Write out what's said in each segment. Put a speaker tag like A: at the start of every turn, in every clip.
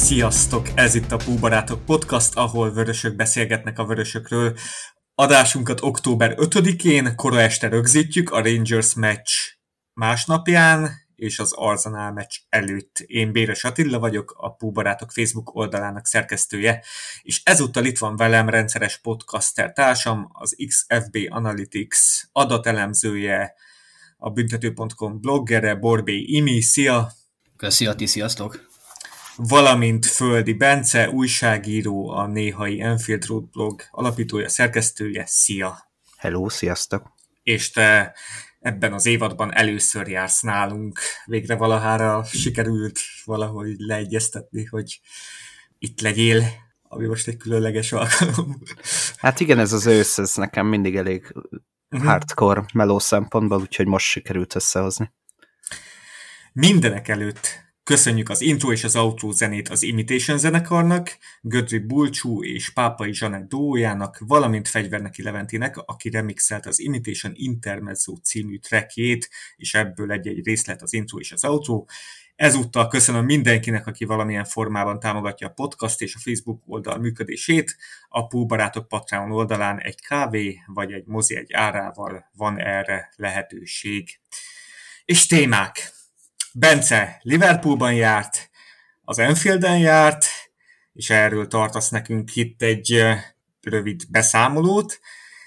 A: Sziasztok! Ez itt a Púbarátok Podcast, ahol vörösök beszélgetnek a vörösökről. Adásunkat október 5-én, kora este rögzítjük, a Rangers meccs másnapján, és az Arsenal meccs előtt. Én Béres Attila vagyok, a Púbarátok Facebook oldalának szerkesztője, és ezúttal itt van velem rendszeres podcaster társam, az XFB Analytics adatelemzője, a büntető.com bloggere, Borbély Imi. Szia!
B: Köszi Atti, sziasztok!
A: Valamint Földi Bence, újságíró, a néhai Enfield Road blog alapítója, szerkesztője. Szia!
C: Hello, sziasztok!
A: És te ebben az évadban először jársz nálunk. Végre valahára sikerült valahogy leegyeztetni, hogy itt legyél, ami most egy különleges alkalom.
C: Hát igen, ez az ősz, ez nekem mindig elég hardcore meló szempontból, úgyhogy most sikerült összehozni.
A: Mindenek előtt köszönjük az intro és az outro zenét az Imitation zenekarnak, Gödri Bulcsú és Pápai Zsanett duójának, valamint Fegyverneki Leventinek, aki remixelt az Imitation Intermezzo című trackjét, és ebből egy-egy részlet az intro és az outro. Ezúttal köszönöm mindenkinek, aki valamilyen formában támogatja a podcast és a Facebook oldal működését. A Púbarátok Patreon oldalán egy kávé vagy egy mozi egy árával van erre lehetőség. És témák. Bence Liverpoolban járt, az Anfielden járt, és erről tartasz nekünk itt egy rövid beszámolót.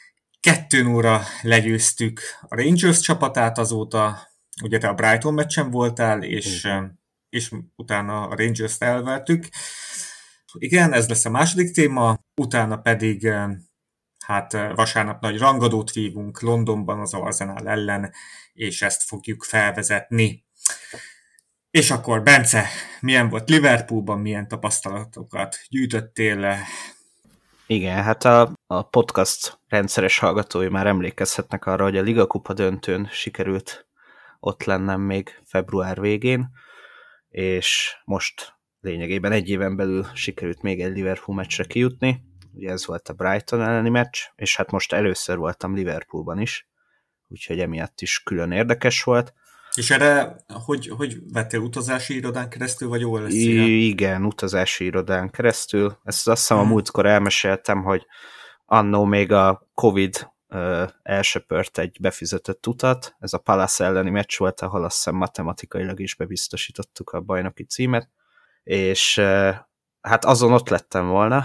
A: 2-0 legyőztük a Rangers csapatát azóta, ugye te a Brighton meccsen voltál, és utána a Rangers-t elvertük. Igen, ez lesz a második téma, utána pedig vasárnap nagy rangadót vívunk Londonban az Arsenal ellen, és ezt fogjuk felvezetni. És akkor, Bence, milyen volt Liverpoolban, milyen tapasztalatokat gyűjtöttél?
C: Igen, hát a podcast rendszeres hallgatói már emlékezhetnek arra, hogy a Liga Kupa döntőn sikerült ott lennem még február végén, és most lényegében egy éven belül sikerült még egy Liverpool meccsre kijutni. Ugye ez volt a Brighton elleni meccs, és hát most először voltam Liverpoolban is, úgyhogy emiatt is külön érdekes volt.
A: És erre hogy vettél, utazási irodán keresztül, vagy OLS-re?
C: Igen, utazási irodán keresztül. Ezt azt hiszem a múltkor elmeséltem, hogy annó még a Covid elsöpört egy befizetett utat. Ez a Palace elleni meccs volt, ahol azt hiszem matematikailag is bebiztosítottuk a bajnoki címet. És hát azon ott lettem volna,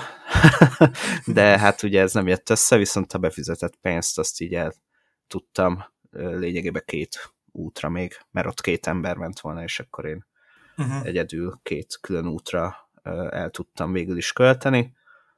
C: de hát ugye ez nem jött össze, viszont a befizetett pénzt azt így el tudtam lényegében 2 útra még, mert ott 2 ember ment volna, és akkor én egyedül 2 külön útra el tudtam végül is költeni.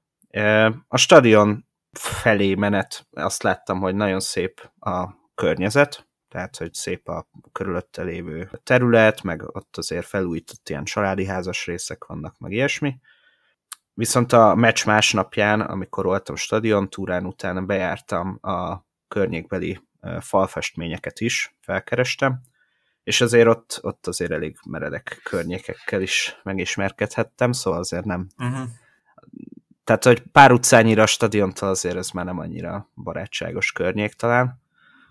C: A stadion felé menet, azt láttam, hogy nagyon szép a környezet, tehát, hogy szép a körülötte lévő terület, meg ott azért felújított ilyen családi házas részek vannak, meg ilyesmi. Viszont a meccs másnapján, amikor voltam stadiontúrán, utána bejártam a környékbeli falfestményeket is, felkerestem, és azért ott azért elég meredek környékekkel is megismerkedhettem, szóval azért nem... Tehát, hogy pár utcányira a stadiontól azért ez már nem annyira barátságos környék talán.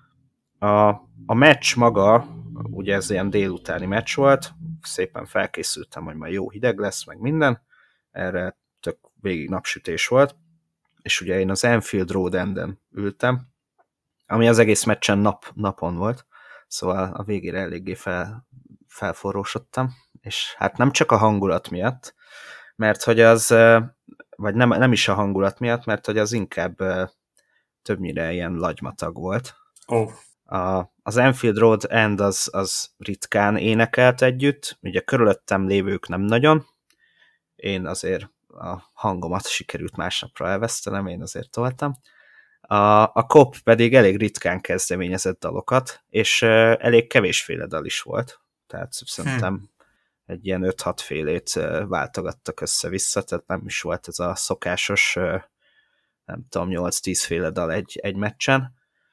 C: A meccs maga, ugye ez ilyen délutáni meccs volt, szépen felkészültem, hogy majd jó hideg lesz, meg minden, erre tök végig napsütés volt, és ugye én az Anfield Road Enden ültem, ami az egész meccsen napon volt, szóval a végére eléggé felforrósodtam, és hát nem csak a hangulat miatt, mert hogy az, vagy nem is a hangulat miatt, mert hogy az inkább többnyire ilyen lagymatag volt.
A: Oh.
C: Az Anfield Road End az ritkán énekelt együtt, ugye körülöttem lévők nem nagyon, én azért a hangomat sikerült másnapra elvesztenem, én azért toltam. A Kop pedig elég ritkán kezdeményezett dalokat, és elég kevésféle dal is volt, tehát szerintem egy ilyen 5-6 félét váltogattak össze-vissza, tehát nem is volt ez a szokásos, nem tudom, 8-10 féle dal egy meccsen.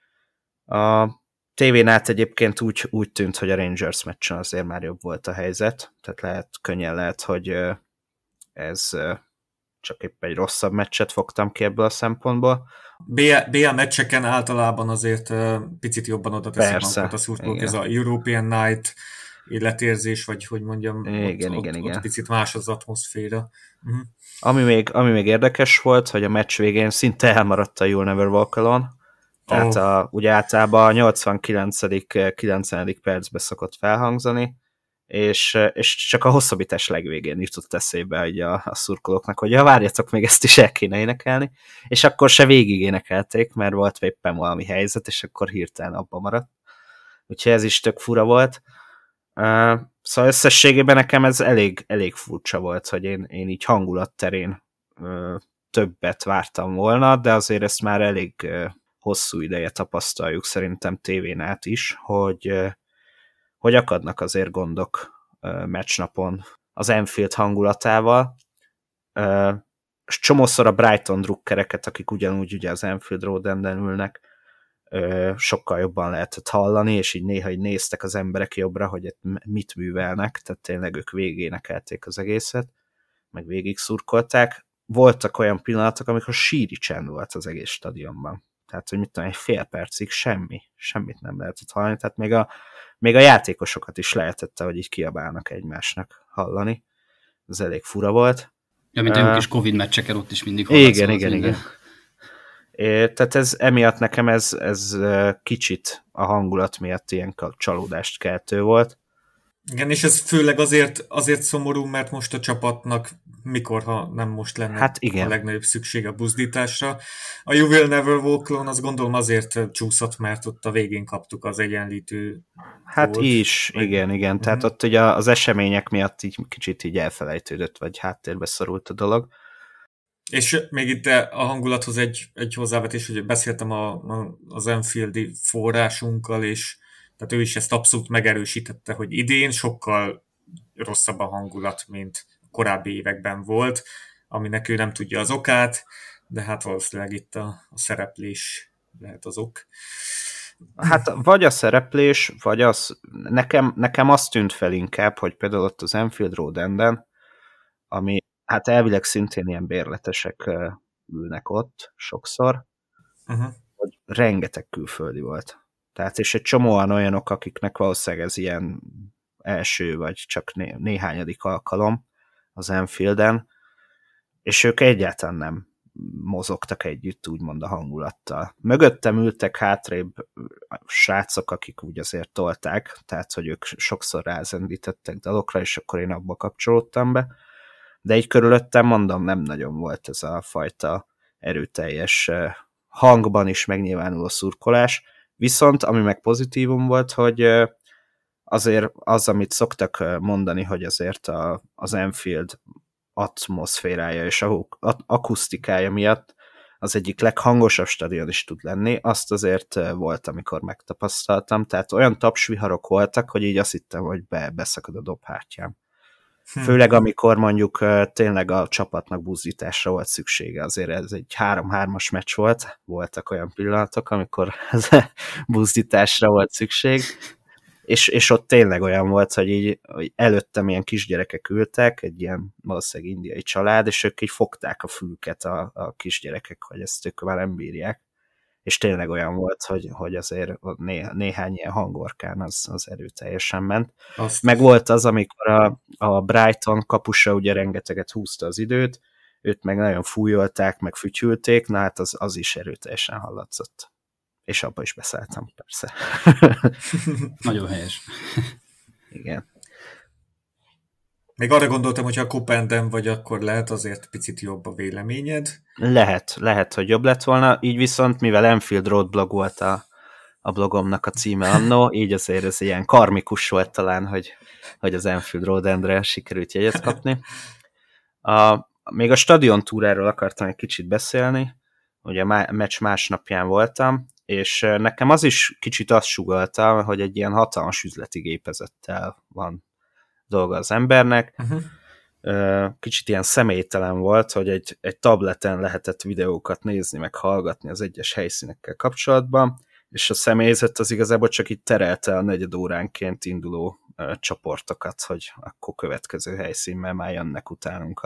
C: A tévén át egyébként úgy tűnt, hogy a Rangers meccsen azért már jobb volt a helyzet, tehát könnyen lehet, hogy ez csak épp egy rosszabb meccset fogtam ki ebből a szempontból.
A: BL meccseken általában azért picit jobban oda teszik magukat a szurkolók, ez a European Night, életérzés, vagy hogy mondjam, ott
C: Igen.
A: picit más az atmoszféra. Uh-huh.
C: Ami még érdekes volt, hogy a meccs végén szinte elmaradt a You'll Never Walk Alone, tehát ugye általában a 89. 90. percbe szokott felhangzani, és csak a hosszabbítás legvégén jutott eszébe így a szurkolóknak, hogy várjatok, még ezt is el kéne énekelni, és akkor se végig énekelték, mert volt éppen valami helyzet, és akkor hirtelen abba maradt. Úgyhogy ez is tök fura volt. Szóval összességében nekem ez elég furcsa volt, hogy én így hangulatterén többet vártam volna, de azért ezt már elég hosszú ideje tapasztaljuk szerintem tévén át is, hogy akadnak azért gondok meccsnapon az Anfield hangulatával, és csomószor a Brighton drukkereket, akik ugyanúgy ugye az Anfield Road-en ülnek, sokkal jobban lehetett hallani, és így néha így néztek az emberek jobbra, hogy mit művelnek, tehát tényleg ők végénekelték az egészet, meg végig szurkolták. Voltak olyan pillanatok, amikor síri csend volt az egész stadionban. Tehát, hogy mit tudom, egy fél percig semmit nem lehetett hallani, tehát még a játékosokat is lehetett, hogy így kiabálnak egymásnak hallani. Ez elég fura volt.
B: Ja, mint olyan kis Covid meccseken ott is mindig hallatszott.
C: Igen. Tehát emiatt nekem ez kicsit a hangulat miatt ilyen csalódást keltő volt.
A: Igen, és ez főleg azért szomorú, mert most a csapatnak mikor, ha nem most lenne a legnagyobb szükség a buzdításra. A You Will Never Walk Alone, azt gondolom azért csúszott, mert ott a végén kaptuk az egyenlítő
C: Hát volt. Igen. Tehát ott ugye az események miatt így kicsit így elfelejtődött, vagy háttérbe szorult a dolog.
A: És még itt a hangulathoz egy hozzávetés, hogy beszéltem az Anfieldi forrásunkkal, és tehát ő is ezt abszolút megerősítette, hogy idén sokkal rosszabb a hangulat, mint korábbi években volt, aminek ő nem tudja az okát, de hát valószínűleg itt a szereplés lehet az ok.
C: Hát vagy a szereplés, vagy az, nekem azt tűnt fel inkább, hogy például ott az Anfield Road Enden, ami hát elvileg szintén ilyen bérletesek ülnek ott sokszor, hogy rengeteg külföldi volt. Tehát és egy csomóan olyanok, akiknek valószínűleg ez ilyen első vagy csak néhányadik alkalom az Anfielden, és ők egyáltalán nem mozogtak együtt, úgymond a hangulattal. Mögöttem ültek hátrébb srácok, akik úgy azért tolták, tehát hogy ők sokszor rázendítettek dalokra, és akkor én abba kapcsolódtam be, de így körülöttem, mondom, nem nagyon volt ez a fajta erőteljes hangban is megnyilvánuló szurkolás, viszont ami meg pozitívum volt, hogy azért az, amit szoktak mondani, hogy azért az Anfield atmoszférája és akusztikája miatt az egyik leghangosabb stadion is tud lenni, azt azért volt, amikor megtapasztaltam, tehát olyan tapsviharok voltak, hogy így azt hittem, hogy beszakad a dobhártyám. Főleg amikor mondjuk tényleg a csapatnak buzdításra volt szüksége, azért ez egy 3-3-as meccs volt, voltak olyan pillanatok, amikor buzdításra volt szükség, és ott tényleg olyan volt, hogy előttem ilyen kisgyerekek ültek, egy ilyen valószínűleg indiai család, és ők így fogták a fülüket a kisgyerekek, hogy ezt ők már nem bírják. És tényleg olyan volt, hogy azért néhány ilyen hangorkán az erőteljesen ment. Meg volt az, amikor a Brighton kapusa ugye rengeteget húzta az időt, őt meg nagyon fújolták, meg fütyülték, na hát az is erőteljesen hallatszott. És abba is beszálltam, persze.
B: Nagyon helyes.
C: Igen.
A: Még arra gondoltam, hogyha a Kopenden vagy, akkor lehet azért picit jobb a véleményed.
C: Lehet, hogy jobb lett volna, így viszont, mivel Anfield Road blog volt a blogomnak a címe annó, így azért ez ilyen karmikus volt talán, hogy az Anfield Road Endre sikerült jegyet kapni. Még a stadion túráról akartam egy kicsit beszélni, ugye a meccs másnapján voltam, és nekem az is kicsit azt sugallta, hogy egy ilyen hatalmas üzleti gépezettel van dolga az embernek. Kicsit ilyen személytelen volt, hogy egy tableten lehetett videókat nézni, meg hallgatni az egyes helyszínekkel kapcsolatban, és a személyzet az igazából csak itt terelte a negyed óránként induló csoportokat, hogy akkor következő helyszínben már jönnek utánunk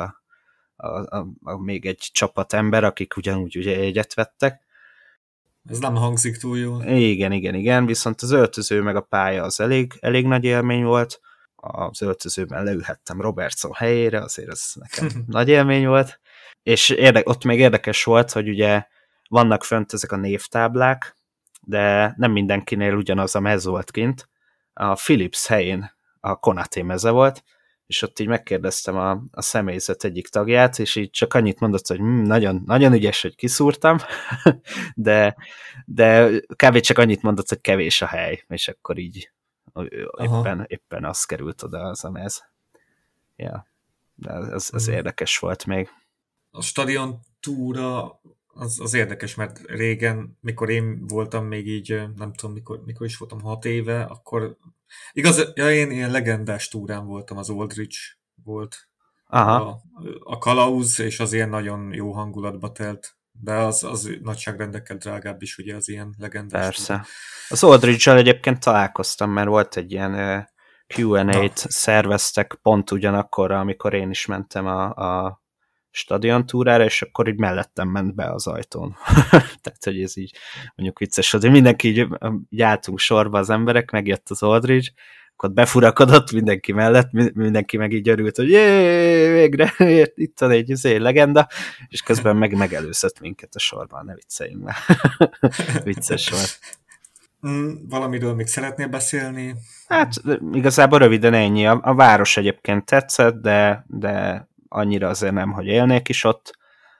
C: a még egy csapat ember, akik ugyanúgy ugye jegyet vettek.
A: Ez nem hangzik túl jól.
C: Igen, viszont az öltöző meg a pálya az elég nagy élmény volt. az öltözőben leülhettem Robertson helyére, azért ez nekem nagy élmény volt, és ott még érdekes volt, hogy ugye vannak fönt ezek a névtáblák, de nem mindenkinél ugyanaz a mez volt kint. A Philips helyén a Konaté meze volt, és ott így megkérdeztem a személyzet egyik tagját, és így csak annyit mondott, hogy nagyon, nagyon ügyes, hogy kiszúrtam, de kb. Csak annyit mondott, hogy kevés a hely, és akkor így éppen az került oda az a mez. Ja, de ez érdekes volt még.
A: A stadion túra az érdekes, mert régen, mikor én voltam még így, nem tudom, mikor is voltam, 6 éve, akkor én ilyen legendás túrán voltam, az Aldridge volt. A kalauz, és az ilyen nagyon jó hangulatba telt, de az nagyságrendekkel drágább is, ugye, az ilyen legendás.
C: Persze. Túra. Az Aldridge-sal egyébként találkoztam, mert volt egy ilyen Q&A-t szerveztek pont ugyanakkor, amikor én is mentem a stadion túrára, és akkor így mellettem ment be az ajtón. Tehát, hogy ez így mondjuk vicces, hogy mindenki így álltunk sorba az emberek, megjött az Aldridge, akkor befurakodott mindenki mellett, mindenki meg így örült, hogy végre, itt van egy legenda, és közben megelőzött minket a sorban, ne vicceljünk már. Vicces volt.
A: Valamiről még szeretnél beszélni?
C: Hát igazából röviden ennyi. A város egyébként tetszett, de annyira azért nem, hogy élnék is ott.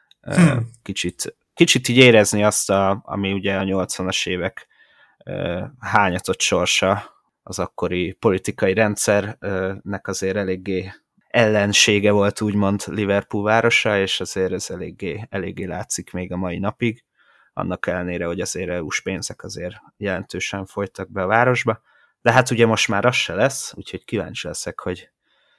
C: Kicsit így érezni azt, ami ugye a 80-as évek hányatott sorsa, az akkori politikai rendszernek azért eléggé ellensége volt úgymond Liverpool városa, és azért ez eléggé látszik még a mai napig, annak ellenére, hogy azért EU-s pénzek azért jelentősen folytak be a városba. De hát ugye most már az se lesz, úgyhogy kíváncsi leszek, hogy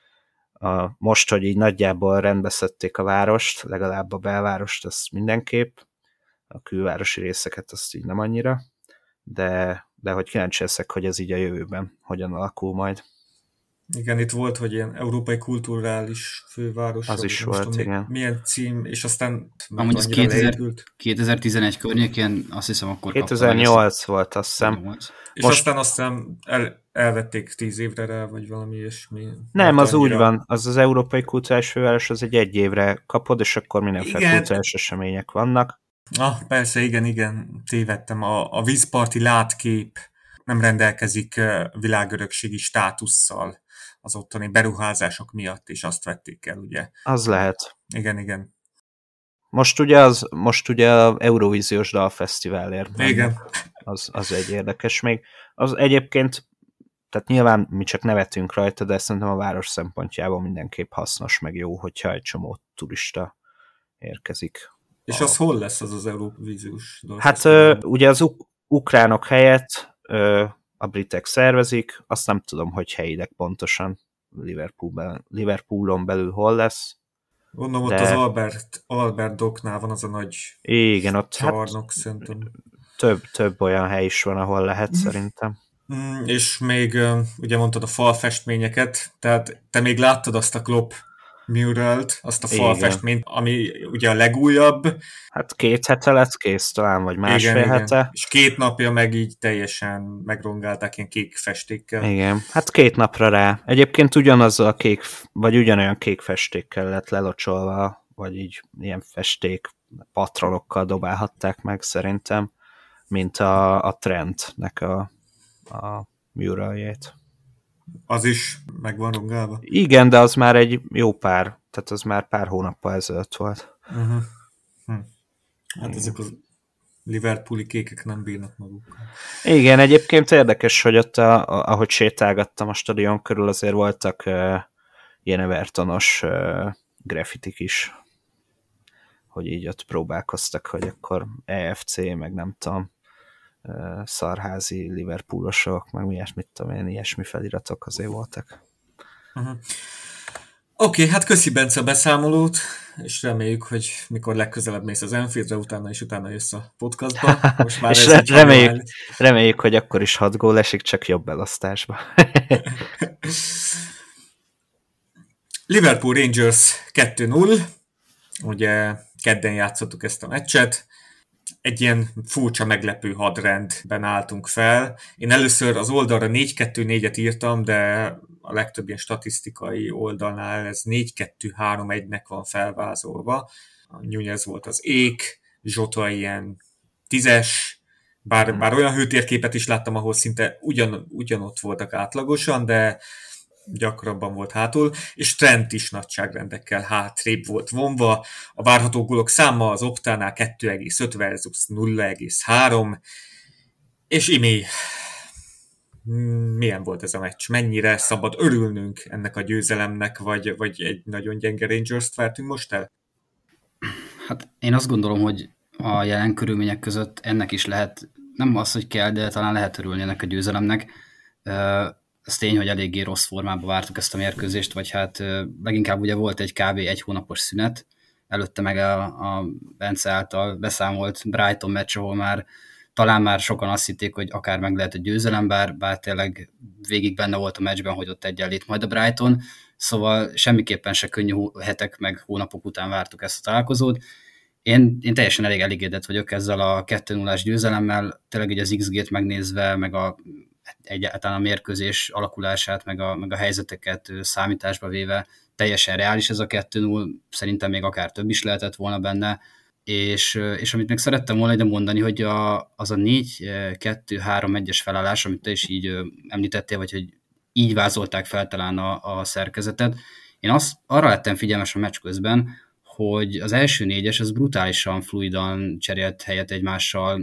C: most, hogy így nagyjából rendbeszedték a várost, legalább a belvárost, azt mindenképp, a külvárosi részeket azt így nem annyira, de hogy kíváncsi leszek, hogy ez így a jövőben hogyan alakul majd.
A: Igen, itt volt, hogy ilyen európai kulturális főváros.
C: Az is volt, tudom, igen.
A: Milyen cím, és aztán
B: amúgy az 2011 környékén, azt hiszem akkor
C: 2008 volt, azt hiszem.
A: És aztán azt hiszem elvették 10 évre rá, vagy valami ilyesmi.
C: Nem, az annyira... úgy van, az európai kulturális főváros, az egy évre kapod, és akkor mindenféle kulturális események vannak.
A: Persze, igen, tévedtem. A vízparti látkép nem rendelkezik világörökségi státusszal az ottani beruházások miatt, és azt vették el, ugye.
C: Az lehet.
A: Igen.
C: Most ugye a Eurovíziós Dalfesztiválért.
A: Igen.
C: Az egy érdekes még. Az egyébként, tehát nyilván mi csak nevetünk rajta, de szerintem a város szempontjából mindenképp hasznos, meg jó, hogyha egy csomó turista érkezik.
A: És az hol lesz az Eurovíziós
C: Dalfesztivál? Hát ugye az ukránok helyett a britek szervezik, azt nem tudom, hogy helyileg pontosan Liverpoolon belül hol lesz.
A: Gondolom, ott az Albert Docknál van az a nagy
C: ott
A: csarnok, szerintem.
C: Több olyan hely is van, ahol lehet, szerintem.
A: És még ugye mondtad a falfestményeket, tehát te még láttad azt a Klopp muralt, azt a falfestményt, ami ugye a legújabb.
C: Hát 2 hete lett kész talán, vagy másfél hete.
A: És 2 napja meg így teljesen megrongálták ilyen kék festékkel.
C: Igen, hát 2 napra rá. Egyébként ugyanazzal a kék, vagy ugyanolyan kék festékkel lett lelocsolva, vagy így ilyen festék patronokkal dobálhatták meg szerintem, mint a Trentnek a muraljét.
A: Az is meg van rongálva?
C: Igen, de az már egy jó pár, tehát az már pár hónappal ezelőtt volt.
A: Hát ezek a liverpooli kékek nem bírnak magukkal.
C: Igen, egyébként érdekes, hogy ott, ahogy sétálgattam a stadion körül, azért voltak ilyen Evertonos graffitik is, hogy így ott próbálkoztak, hogy akkor EFC, meg nem tudom, szarházi Liverpoolosok, meg mit tudom én, ilyesmi feliratok azért voltak.
A: Oké, hát köszi Bence a beszámolót, és reméljük, hogy mikor legközelebb mész az Anfieldre, utána jössz a podcastba. Most már
C: és reméljük, hogy akkor is 6 gól esik, csak jobb elosztásba.
A: Liverpool Rangers 2-0, ugye kedden játszottuk ezt a meccset, egy ilyen furcsa, meglepő hadrendben álltunk fel. Én először az oldalra 4-2-4-et írtam, de a legtöbb ilyen statisztikai oldalnál ez 4-2-3-1-nek van felvázolva. A Nunez volt az ék, Zsota ilyen 10-es, bár olyan hőtérképet is láttam, ahol szinte ugyanott voltak átlagosan, de gyakrabban volt hátul, és Trent is nagyságrendekkel hátrébb volt vonva. A várható gólok száma az Optánál 2,5 versus 0,3, és Imi, milyen volt ez a meccs? Mennyire szabad örülnünk ennek a győzelemnek, vagy egy nagyon gyenge Rangers-t vártunk most el?
B: Hát én azt gondolom, hogy a jelen körülmények között ennek is lehet, nem az, hogy kell, de talán lehet örülni ennek a győzelemnek. Ez tény, hogy eléggé rossz formában vártuk ezt a mérkőzést, vagy hát leginkább ugye volt egy kb. 1 hónapos szünet, előtte meg a Bence által beszámolt Brighton meccs, ahol talán már sokan azt hitték, hogy akár meg lehet a győzelem, bár tényleg végig benne volt a meccsben, hogy ott egyenlít majd a Brighton, szóval semmiképpen se könnyű hetek meg hónapok után vártuk ezt a találkozót. Én teljesen elégedett vagyok ezzel a 2-0-ás győzelemmel, tényleg így az XG-t megnézve, meg egyáltalán a mérkőzés alakulását, meg a helyzeteket számításba véve teljesen reális ez a 2-0, szerintem még akár több is lehetett volna benne, és amit még szerettem volna ide mondani, hogy az a 4-2-3-1-es felállás, amit te is így említettél, vagy hogy így vázolták fel talán a szerkezetet, én arra lettem figyelmes a meccs közben, hogy az első 4-es az brutálisan fluidan cserélt helyet egymással,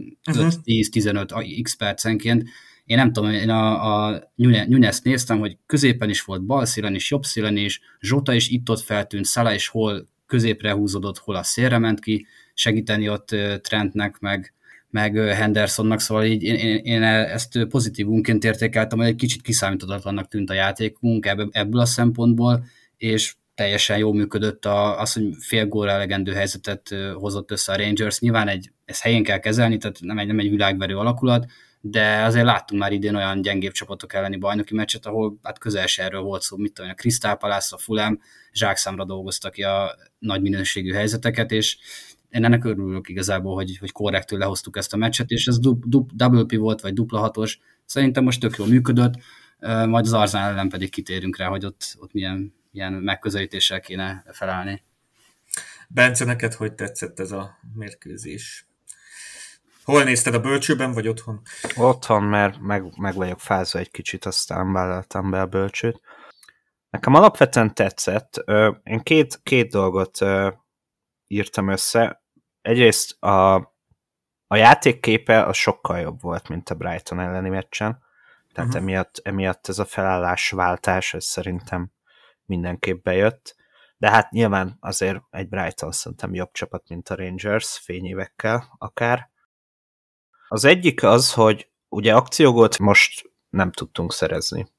B: 5-10-15 x percenként. Én nem tudom, én a Nunez-t néztem, hogy középen is volt, bal szélen is, jobb szélen is, Zsota is itt-ott feltűnt, Salah is hol középre húzódott, hol a szélre ment ki, segíteni ott Trentnek, meg Hendersonnak, szóval így én ezt pozitívunként értékeltem, hogy egy kicsit kiszámíthatatlannak tűnt a játékunk ebből a szempontból, és teljesen jól működött az, hogy fél gólra elegendő helyzetet hozott össze a Rangers. Nyilván ezt helyén kell kezelni, tehát nem egy világverő alakulat, de azért láttunk már idén olyan gyengébb csapatok elleni bajnoki meccset, ahol hát közel se erről volt szó, mit tudom, a Crystal Palace, a Fulham zsákszámra dolgoztak ki a nagy minőségű helyzeteket, és én ennek örülök igazából, hogy korrektül lehoztuk ezt a meccset, és ez double pivot, vagy dupla hatos, szerintem most tök jól működött, majd az Arsenal ellen pedig kitérünk rá, hogy ott milyen megközelítéssel kéne felállni.
A: Bence, neked hogy tetszett ez a mérkőzés? Hol nézted, a bölcsőben, vagy otthon?
C: Otthon, mert meg vagyok fázva egy kicsit, aztán beleltem be a bölcsőt. Nekem alapvetően tetszett. Én két dolgot írtam össze. Egyrészt a játékképe az sokkal jobb volt, mint a Brighton elleni meccsen. Tehát emiatt ez a felállásváltás, ez szerintem mindenképp bejött. De hát nyilván azért egy Brighton szerintem jobb csapat, mint a Rangers, fényévekkel akár. Az egyik az, hogy ugye akciógólt most nem tudtunk szerezni.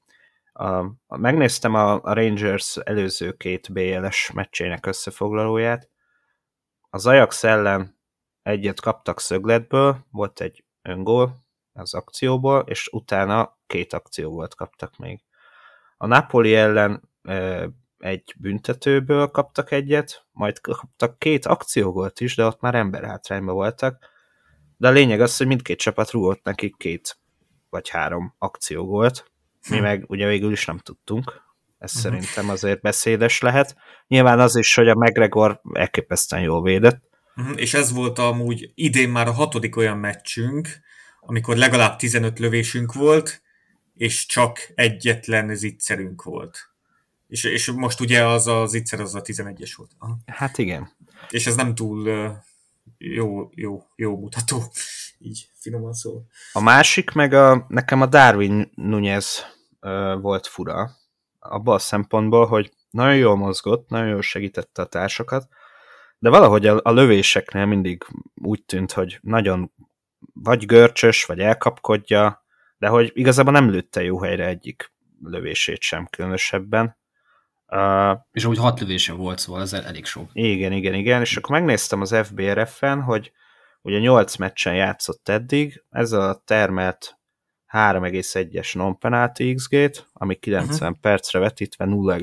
C: Megnéztem a Rangers előző 2 BL-es meccsének összefoglalóját. Az Ajax ellen egyet kaptak szögletből, volt egy öngól az akcióból, és utána 2 akciógólt kaptak még. A Napoli ellen egy büntetőből kaptak egyet, majd kaptak 2 akciógólt is, de ott már emberhátrányban voltak. De a lényeg az, hogy mindkét csapat rúgott nekik 2 vagy 3 akciógólt. Mi meg ugye végül is nem tudtunk. Ez szerintem azért beszédes lehet. Nyilván az is, hogy a McGregor elképesztően jól védett.
A: És ez volt amúgy idén már a 6. olyan meccsünk, amikor legalább 15 lövésünk volt, és csak egyetlen zicserünk volt. És most ugye az a zicser az a 11-es volt. Aha.
C: Hát igen.
A: És ez nem túl jó mutató, így finoman szól.
C: A másik meg nekem a Darwin Núñez volt fura. Abban a szempontból, hogy nagyon jól mozgott, nagyon jól segítette a társakat, de valahogy a lövéseknél mindig úgy tűnt, hogy nagyon vagy görcsös, vagy elkapkodja, de hogy igazából nem lőtte jó helyre egyik lövését sem különösebben.
B: És úgy 6 lövése volt, szóval ez elég sok.
C: Igen, és akkor megnéztem az FBRF-en, hogy ugye 8 meccsen játszott eddig, ezzel a termelt 3,1-es non-penalty XG-t, ami 90 percre vetítve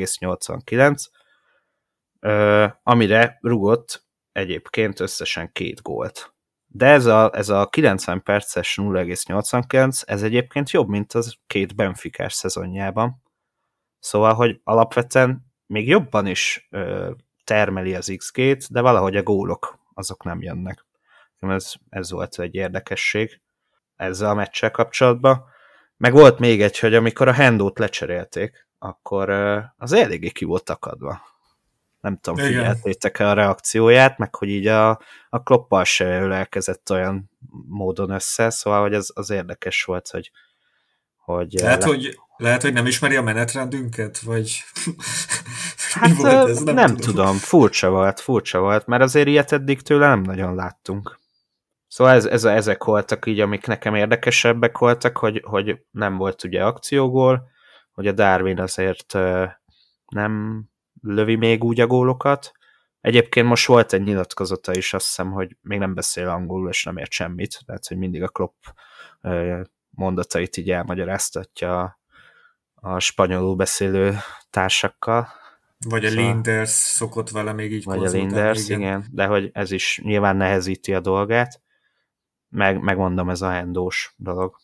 C: 0,89, amire rugott egyébként összesen 2 gólt. De ez a 90 perces 0,89, ez egyébként jobb, mint az 2 Benficás szezonjában. Szóval, hogy alapvetően még jobban is termeli az XG-t, de valahogy a gólok azok nem jönnek. Ez volt egy érdekesség ezzel a meccsel kapcsolatban. Meg volt még egy, hogy amikor a Hendót lecserélték, akkor az eléggé ki volt akadva. Nem tudom, figyeltétek-e a reakcióját, meg hogy így a Kloppal se elkezdett olyan módon össze, szóval hogy az érdekes volt, hogy
A: lehet, hogy nem ismeri a menetrendünket, vagy
C: hát volt ez? Nem tudom. Furcsa volt, mert azért ilyet eddig tőle nem nagyon láttunk. Szóval ezek voltak így, amik nekem érdekesebbek voltak, hogy nem volt ugye akciógól, hogy a Darwin azért nem lövi még úgy a gólokat. Egyébként most volt egy nyilatkozata is, azt hiszem, hogy még nem beszél angolul, és nem ért semmit, tehát hogy mindig a Klopp mondatait így elmagyaráztatja a spanyolul beszélő társakkal.
A: Vagy a Linders szokott vele még így
C: konzultálni. Vagy a Linders, igen, de hogy ez is nyilván nehezíti a dolgát. Megmondom, ez a Hendós dolog.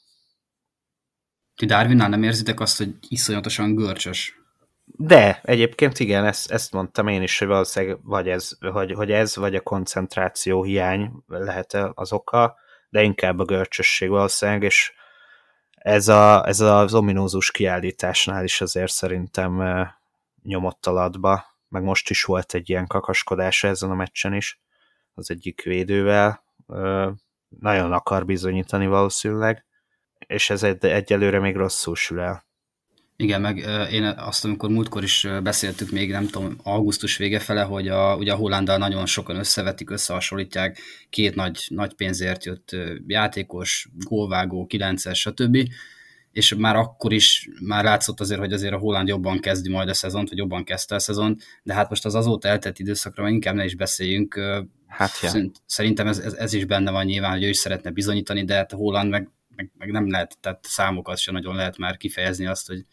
B: Ti Darwinnál nem érzitek azt, hogy iszonyatosan görcsös?
C: De, egyébként igen, ezt mondtam én is, hogy valószínűleg vagy ez, vagy a koncentráció hiány lehet az oka, de inkább a görcsösség valószínűleg, és ez az ominózus kiállításnál is azért szerintem nyomott alatba, meg most is volt egy ilyen kakaskodás ezen a meccsen is, az egyik védővel, nagyon akar bizonyítani valószínűleg, és ez egyelőre még rosszul sül el.
B: Igen, meg én azt, amikor múltkor is beszéltük még, nem tudom, augusztus vége fele, hogy ugye a Hollanddal nagyon sokan összevetik, összehasonlítják, két nagy pénzért jött játékos, gólvágó, 9-es, stb. És már akkor is már látszott azért, hogy azért a Holland jobban kezdi majd a szezont, vagy jobban kezdte a szezont, de hát most az azóta eltelt időszakra már inkább ne is beszéljünk.
C: Hát ja.
B: Szerintem ez is benne van nyilván, hogy ő is szeretne bizonyítani, de hát a Holland meg nem lehet, tehát számokat sem nagyon lehet már kifejezni azt, hogy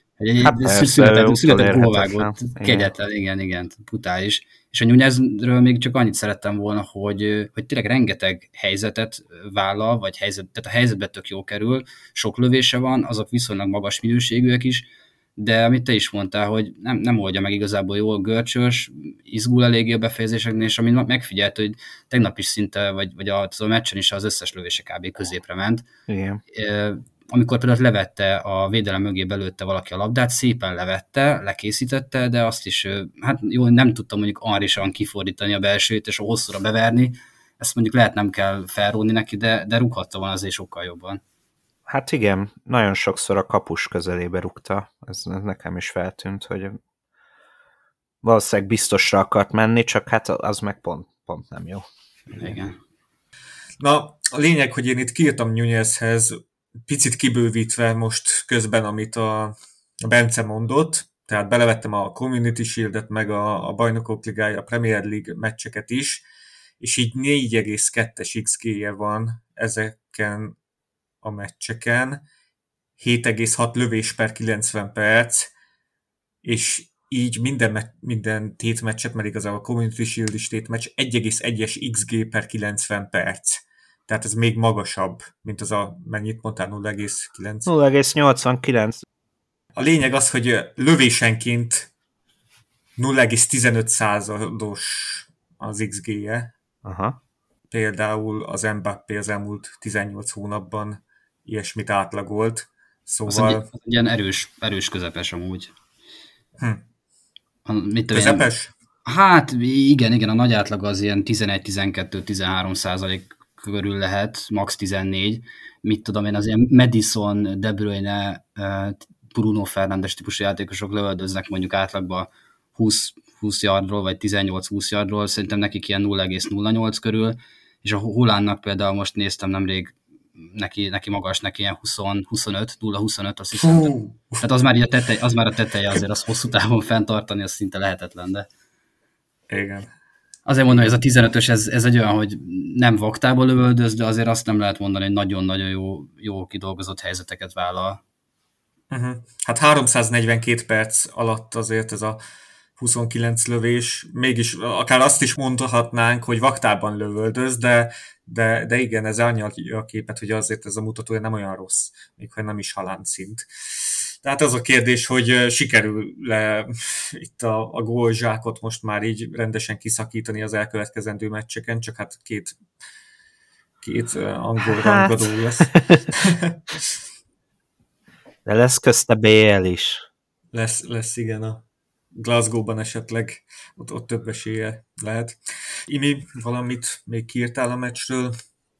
B: született gólvágott, kegyetlen, igen, brutális. És a Núñezről még csak annyit szerettem volna, hogy tényleg rengeteg helyzetet vállal, tehát a helyzetbe tök jó kerül, sok lövése van, azok viszonylag magas minőségűek is, de amit te is mondtál, hogy nem oldja meg igazából jól, görcsös, izgul eléggé a befejezéseknél, és amit megfigyelt, hogy tegnap is szinte, vagy a meccsen is az összes lövése kb. Középre ment.
C: Igen.
B: Amikor például levette a védelem mögé belőtte valaki a labdát, szépen levette, lekészítette, de azt is, hát jó, nem tudtam mondjuk Henrisan kifordítani a belsőt, és a hosszúra beverni, ezt mondjuk lehet nem kell felróni neki, de rúghatta van azért sokkal jobban.
C: Hát igen, nagyon sokszor a kapus közelébe rúgta, ez nekem is feltűnt, hogy valószínűleg biztosra akart menni, csak hát az meg pont nem jó.
B: Igen.
A: Na, a lényeg, hogy én itt kiírtam Núñezhez, picit kibővítve most közben, amit a Bence mondott, tehát belevettem a Community Shield-et, meg a Bajnokok Ligája, a Premier League meccseket is, és így 4,2-es XG-je van ezeken a meccseken, 7,6 lövés per 90 perc, és így minden tétmeccset, mert igazából a Community Shield is tétmeccs, 1,1-es XG per 90 perc. Tehát ez még magasabb, mint az mennyit mondtál, 0,9?
C: 0,89.
A: A lényeg az, hogy lövésenként 0,15%-os az XG-je.
C: Aha.
A: Például az Mbappé az elmúlt 18 hónapban ilyesmit átlagolt. Szóval...
B: Az egy ilyen erős közepes amúgy.
A: Közepes?
B: Hát igen, a nagy átlag az ilyen 11-12-13% körül lehet, max 14. Mit tudom én, az ilyen Madison, De Bruyne, Bruno Fernandes típusú játékosok lövöldöznek mondjuk átlagban 20 yardról, vagy 18-20 yardról, szerintem nekik ilyen 0,08 körül, és a Hollandnak például most néztem nemrég, neki magas, neki ilyen 0,25, azt hiszem. Tehát az már a teteje, azért az hosszú távon fenntartani, az szinte lehetetlen, de...
A: Igen.
B: Azért mondom, hogy ez a 15-ös, ez egy olyan, hogy nem vaktából lövöldöz, de azért azt nem lehet mondani, hogy nagyon-nagyon jó kidolgozott helyzeteket vállal.
A: Hát 342 perc alatt azért ez a 29 lövés, mégis akár azt is mondhatnánk, hogy vaktában lövöldöz, de igen, ez árnyalja a képet, hogy azért ez a mutatója nem olyan rossz, még ha nem is Haaland szint. Tehát az a kérdés, hogy sikerül-e itt a gólzsákot most már így rendesen kiszakítani az elkövetkezendő meccseken, csak hát két angol rangadó lesz.
C: De lesz közte BL is.
A: Lesz igen, a Glasgow-ban esetleg ott több esélye lehet. Imi, valamit még kiírtál a meccsről?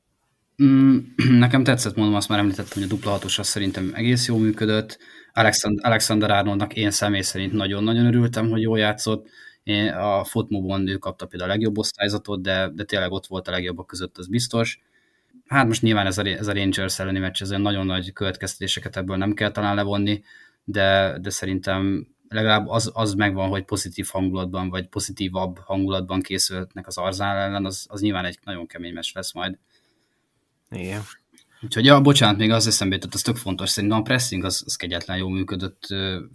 B: Nekem tetszett, mondom, azt már említettem, hogy a dupla hatos az szerintem egész jól működött. Alexander Arnoldnak én személy szerint nagyon-nagyon örültem, hogy jól játszott. A Fotmobon ő kapta például a legjobb osztályzatot, de tényleg ott volt a legjobbak között, az biztos. Hát most nyilván ez a Rangers elleni meccs, ez olyan nagyon nagy következtetéseket ebből nem kell talán levonni, de szerintem legalább az megvan, hogy pozitív hangulatban, vagy pozitívabb hangulatban készülhetnek az Arsenal ellen, az nyilván egy nagyon kemény meccs lesz majd.
C: Igen.
B: Úgyhogy ja, bocsánat, még az eszembe jutott, az tök fontos, szerintem a pressing az kegyetlen jól működött,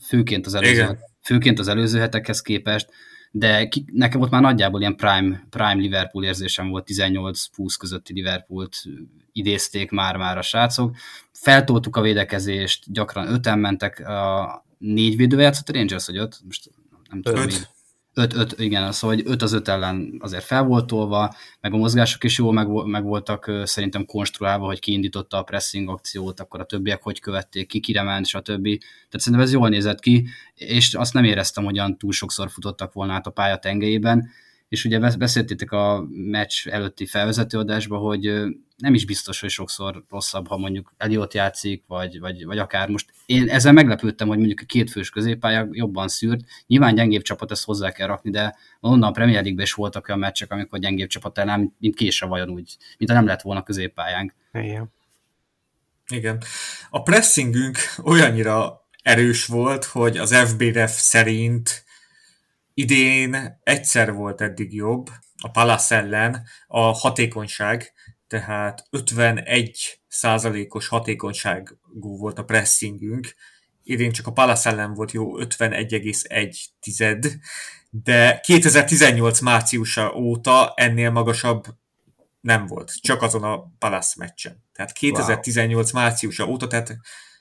B: főként az előző hetekhez képest, de nekem ott már nagyjából ilyen prime Liverpool érzésem volt, 18-20 közötti Liverpoolt idézték már a srácok. Feltoltuk a védekezést, gyakran 5-en mentek, a 4 védővel játszott a Rangers, vagy 5? Most nem tudom. 5, igen, szóval 5-5 ellen azért fel volt tolva, meg a mozgások is jól meg voltak szerintem konstruálva, hogy kiindította a pressing akciót, akkor a többiek hogy követték, kire ment, stb. Tehát szerintem ez jól nézett ki, és azt nem éreztem, hogyan túl sokszor futottak volna át a pálya tengelyében, és ugye beszéltétek a meccs előtti felvezetőadásban, hogy nem is biztos, hogy sokszor rosszabb, ha mondjuk Elliot játszik, vagy akár most. Én ezzel meglepődtem, hogy mondjuk a két-fős középpálya jobban szűrt. Nyilván gyengébb csapat, ezt hozzá kell rakni, de onnan a Premier League-ben is voltak olyan meccsek, amikor gyengébb csapat ellen, mint késre vajon úgy, mint ha nem lett volna középpályánk.
A: Igen. A pressingünk olyannyira erős volt, hogy az FBref szerint idén egyszer volt eddig jobb a Palace ellen a hatékonyság, tehát 51%-os hatékonyságú volt a pressingünk. Idén csak a Palace ellen volt jó 51,1, de 2018 márciusa óta ennél magasabb nem volt, csak azon a Palace meccsen. Tehát 2018 márciusa óta, tehát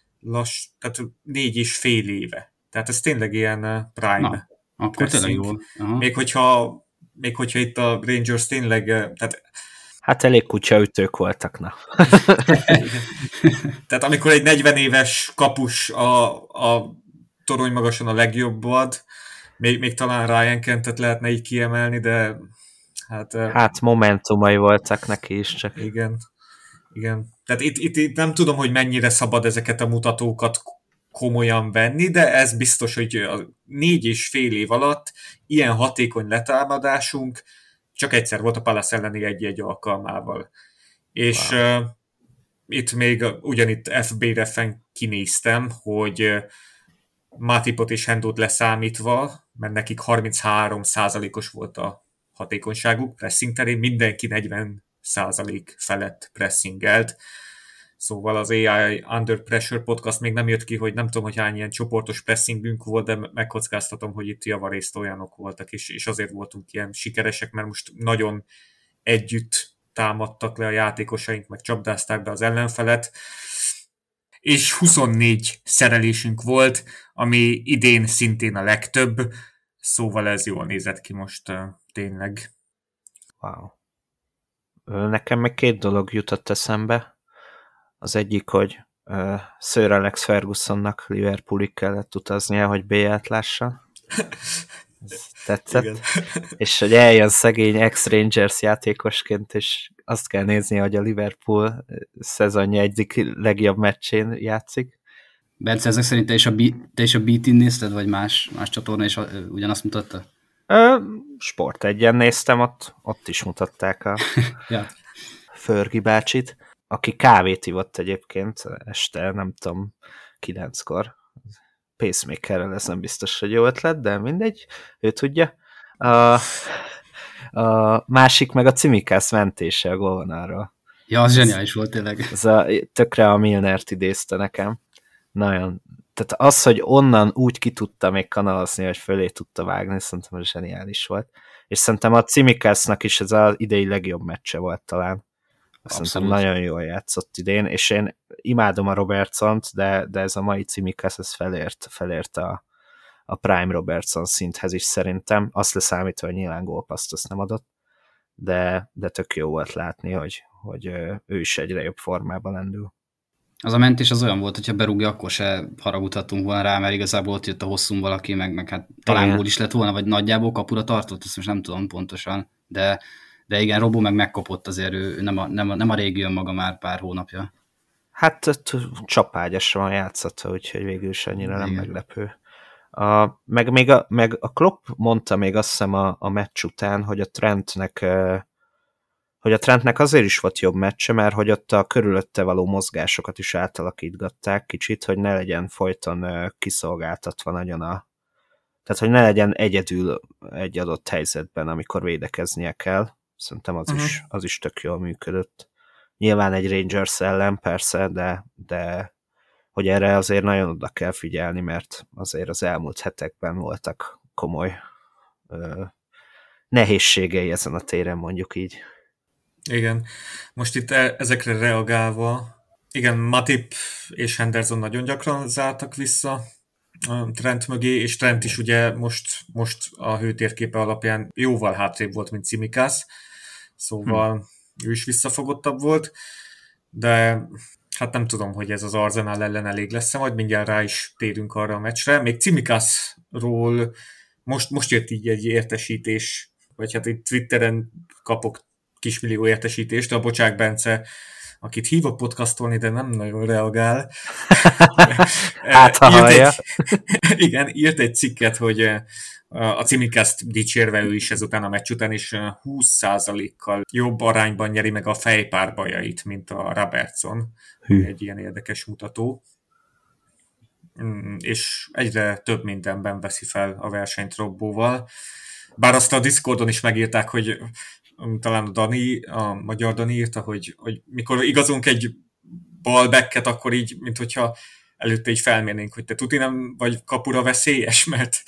A: 4,5 éve. Tehát ez tényleg ilyen prime.
B: Akkor tényleg jó.
A: Még hogyha itt a Rangers tényleg... Tehát,
C: hát elég kutyaütők voltak, na.
A: Tehát amikor egy 40 éves kapus a torony magasan a legjobbad, még talán Ryan Kentet lehetne így kiemelni, de
C: hát momentumai voltak neki is csak.
A: Igen. Tehát itt nem tudom, hogy mennyire szabad ezeket a mutatókat komolyan venni, de ez biztos, hogy a 4,5 év alatt ilyen hatékony letámadásunk csak egyszer volt a Palace elleni 1-1 alkalmával. És itt még ugyanitt FB-refen kinéztem, hogy Matipot és Hendót leszámítva, mert nekik 33%-os volt a hatékonyságuk pressing terén, mindenki 40% felett pressingelt. Szóval az AI Under Pressure podcast még nem jött ki, hogy nem tudom, hogy hány ilyen csoportos pressingünk volt, de megkockáztatom, hogy itt javarészt olyanok voltak, és azért voltunk ilyen sikeresek, mert most nagyon együtt támadtak le a játékosaink, meg csapdázták be az ellenfelet, és 24 szerelésünk volt, ami idén szintén a legtöbb, szóval ez jól nézett ki most tényleg.
C: Wow. Nekem meg 2 dolog jutott eszembe. Az egyik, hogy Sir Alex Fergusonnak Liverpoolig kellett utaznia, hogy BL-t lássa. Tetszett. Igen. És hogy eljön szegény ex-Rangers játékosként, és azt kell nézni, hogy a Liverpool szezonja egyik legjobb meccsén játszik.
B: Bence, ezek szerint te is a BT-n nézted, vagy más csatorna is ugyanazt mutatta?
C: Sport 1-en néztem, ott is mutatták a Fergie bácsit, aki kávét ivott egyébként este, nem tudom, 9-kor. Pacemakerrel ez nem biztos, hogy jó ötlet, de mindegy, ő tudja. A másik meg a Cimikász mentése a gólvonalról.
B: Ja, az zseniális volt tényleg.
C: Ez tökre a Milnert idézte nekem. Nagyon. Tehát az, hogy onnan úgy ki tudta még kanalazni, hogy fölé tudta vágni, szerintem az zseniális volt. És szerintem a Cimikásznak is ez az idei legjobb meccse volt talán. Szerintem nagyon jól játszott idén, és én imádom a Robertsont, de ez a mai Tsimikas, ez felért a Prime Robertson szinthez is szerintem, azt leszámítva, hogy nyilván gólpasszt azt nem adott, de tök jó volt látni, hogy ő is egyre jobb formában lendül.
B: Az a mentés az olyan volt, hogyha berúgja, akkor se haragudhatunk volna rá, mert igazából ott jött a hosszún valaki, meg hát talán gól is lett volna, vagy nagyjából kapura tartott, ezt most nem tudom pontosan, de igen, Robó meg megkapott azért, ő nem a régi önmaga már pár hónapja.
C: Hát csapágyasan játszott, úgyhogy végül is annyira nem meglepő. Meg a Klopp mondta még azt hiszem a meccs után, hogy a Trentnek azért is volt jobb meccse, mert hogy ott a körülötte való mozgásokat is átalakítgatták kicsit, hogy ne legyen folyton kiszolgáltatva nagyon tehát, hogy ne legyen egyedül egy adott helyzetben, amikor védekeznie kell. Szerintem az is tök jól működött. Nyilván egy Rangers ellen persze, de hogy erre azért nagyon oda kell figyelni, mert azért az elmúlt hetekben voltak komoly nehézségei ezen a téren, mondjuk így.
A: Igen. Most itt ezekre reagálva, igen, Matip és Henderson nagyon gyakran zártak vissza Trent mögé, és Trent is ugye most a hőtérképe alapján jóval hátrébb volt, mint Tsimikas, szóval ő is visszafogottabb volt, de hát nem tudom, hogy ez az Arsenal ellen elég lesz, majd mindjárt rá is térünk arra a meccsre. Még Tsimikasról most jött így egy értesítés, vagy hát itt Twitteren kapok kismillió értesítést, a Bocsák Bence, akit hívok podcastolni, de nem nagyon reagál. írt egy cikket, hogy a Tsimikast dicsérve ő is ezután a meccs után, és 20%-kal jobb arányban nyeri meg a fejpárbajait, mint a Robertson. Egy ilyen érdekes mutató. És egyre több mindenben veszi fel a versenyt Robbóval. Bár azt a Discordon is megírták, hogy talán a magyar Dani írta, hogy mikor igazunk egy balbacket, akkor így, mint hogyha előtte így felmérnénk, hogy te tuti nem vagy kapura veszélyes, mert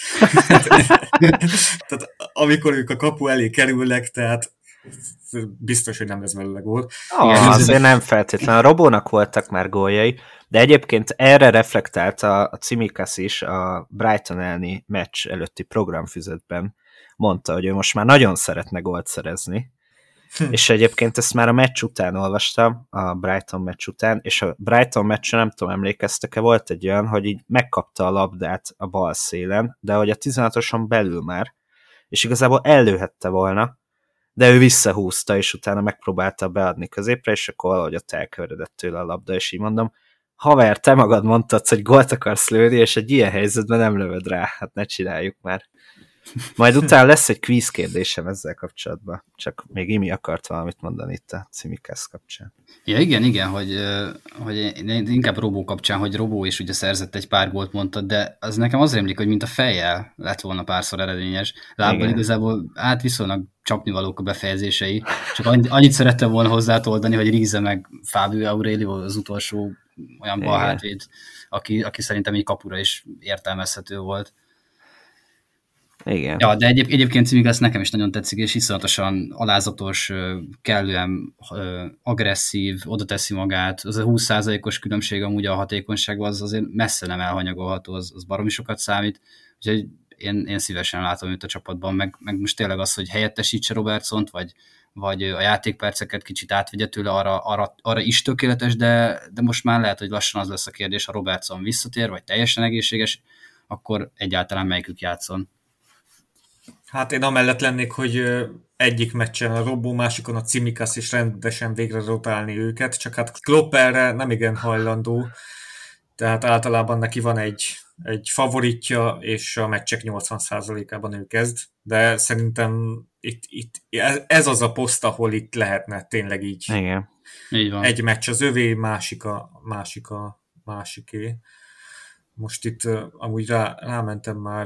A: tehát amikor ők a kapu elé kerülnek, tehát biztos, hogy nem lesz belőle gól.
C: Azért nem feltétlenül. A Robónak voltak már góljai, de egyébként erre reflektált a Tsimikas is a Brighton elleni meccs előtti programfüzetben. Mondta, hogy ő most már nagyon szeretne gólt szerezni, és egyébként ezt már a meccs után olvastam, a Brighton meccs után, és a Brighton meccsen, nem tudom, emlékeztek-e, volt egy olyan, hogy így megkapta a labdát a bal szélen, de hogy a 16-oson belül már, és igazából ellőhette volna, de ő visszahúzta, és utána megpróbálta beadni középre, és akkor valahogy ott elkeveredett tőle a labda, és így mondom, haver, te magad mondtad, hogy gólt akarsz lőni, és egy ilyen helyzetben nem lövöd rá, hát ne csináljuk már. Majd utána lesz egy kvíz kérdésem ezzel kapcsolatban, csak még Imi akart valamit mondani itt a Tsimikas kapcsán.
B: Ja, igen, hogy inkább Robó kapcsán, hogy Robó is ugye szerzett egy pár gólt, mondtad, de az nekem az rémlik, hogy mint a fejjel lett volna párszor eredményes. Lábbal igazából viszonylag csapnivalók a befejezései, csak annyit szerettem volna hozzátoldani, hogy Rize meg Fábio Aurelio az utolsó olyan bal hátvéd, aki szerintem egy kapura is értelmezhető volt.
C: Igen.
B: Ja, de egyébként Tsimikas nekem is nagyon tetszik, és iszonyatosan alázatos, kellően agresszív, oda teszi magát. Az a 20%-os különbség amúgy a hatékonyságban az azért messze nem elhanyagolható, az baromi sokat számít. Úgyhogy én szívesen látom őt a csapatban, meg most tényleg az, hogy helyettesítse Robertsont, vagy a játékperceket kicsit átvegye tőle, arra is tökéletes, de most már lehet, hogy lassan az lesz a kérdés, ha Robertson visszatér, vagy teljesen egészséges, akkor egyáltalán melyikük játszon.
A: Hát én amellett lennék, hogy egyik meccsen a Robó, másikon a Tsimikas is rendesen végre rotálni őket, csak hát Klopp erre nem igen hajlandó, tehát általában neki van egy favoritja, és a meccsek 80%-ában ő kezd, de szerintem itt ez az a poszt, ahol itt lehetne tényleg így.
C: Igen.
B: Így van.
A: Egy meccs az övé, másik a másiké. Most itt amúgy rámentem már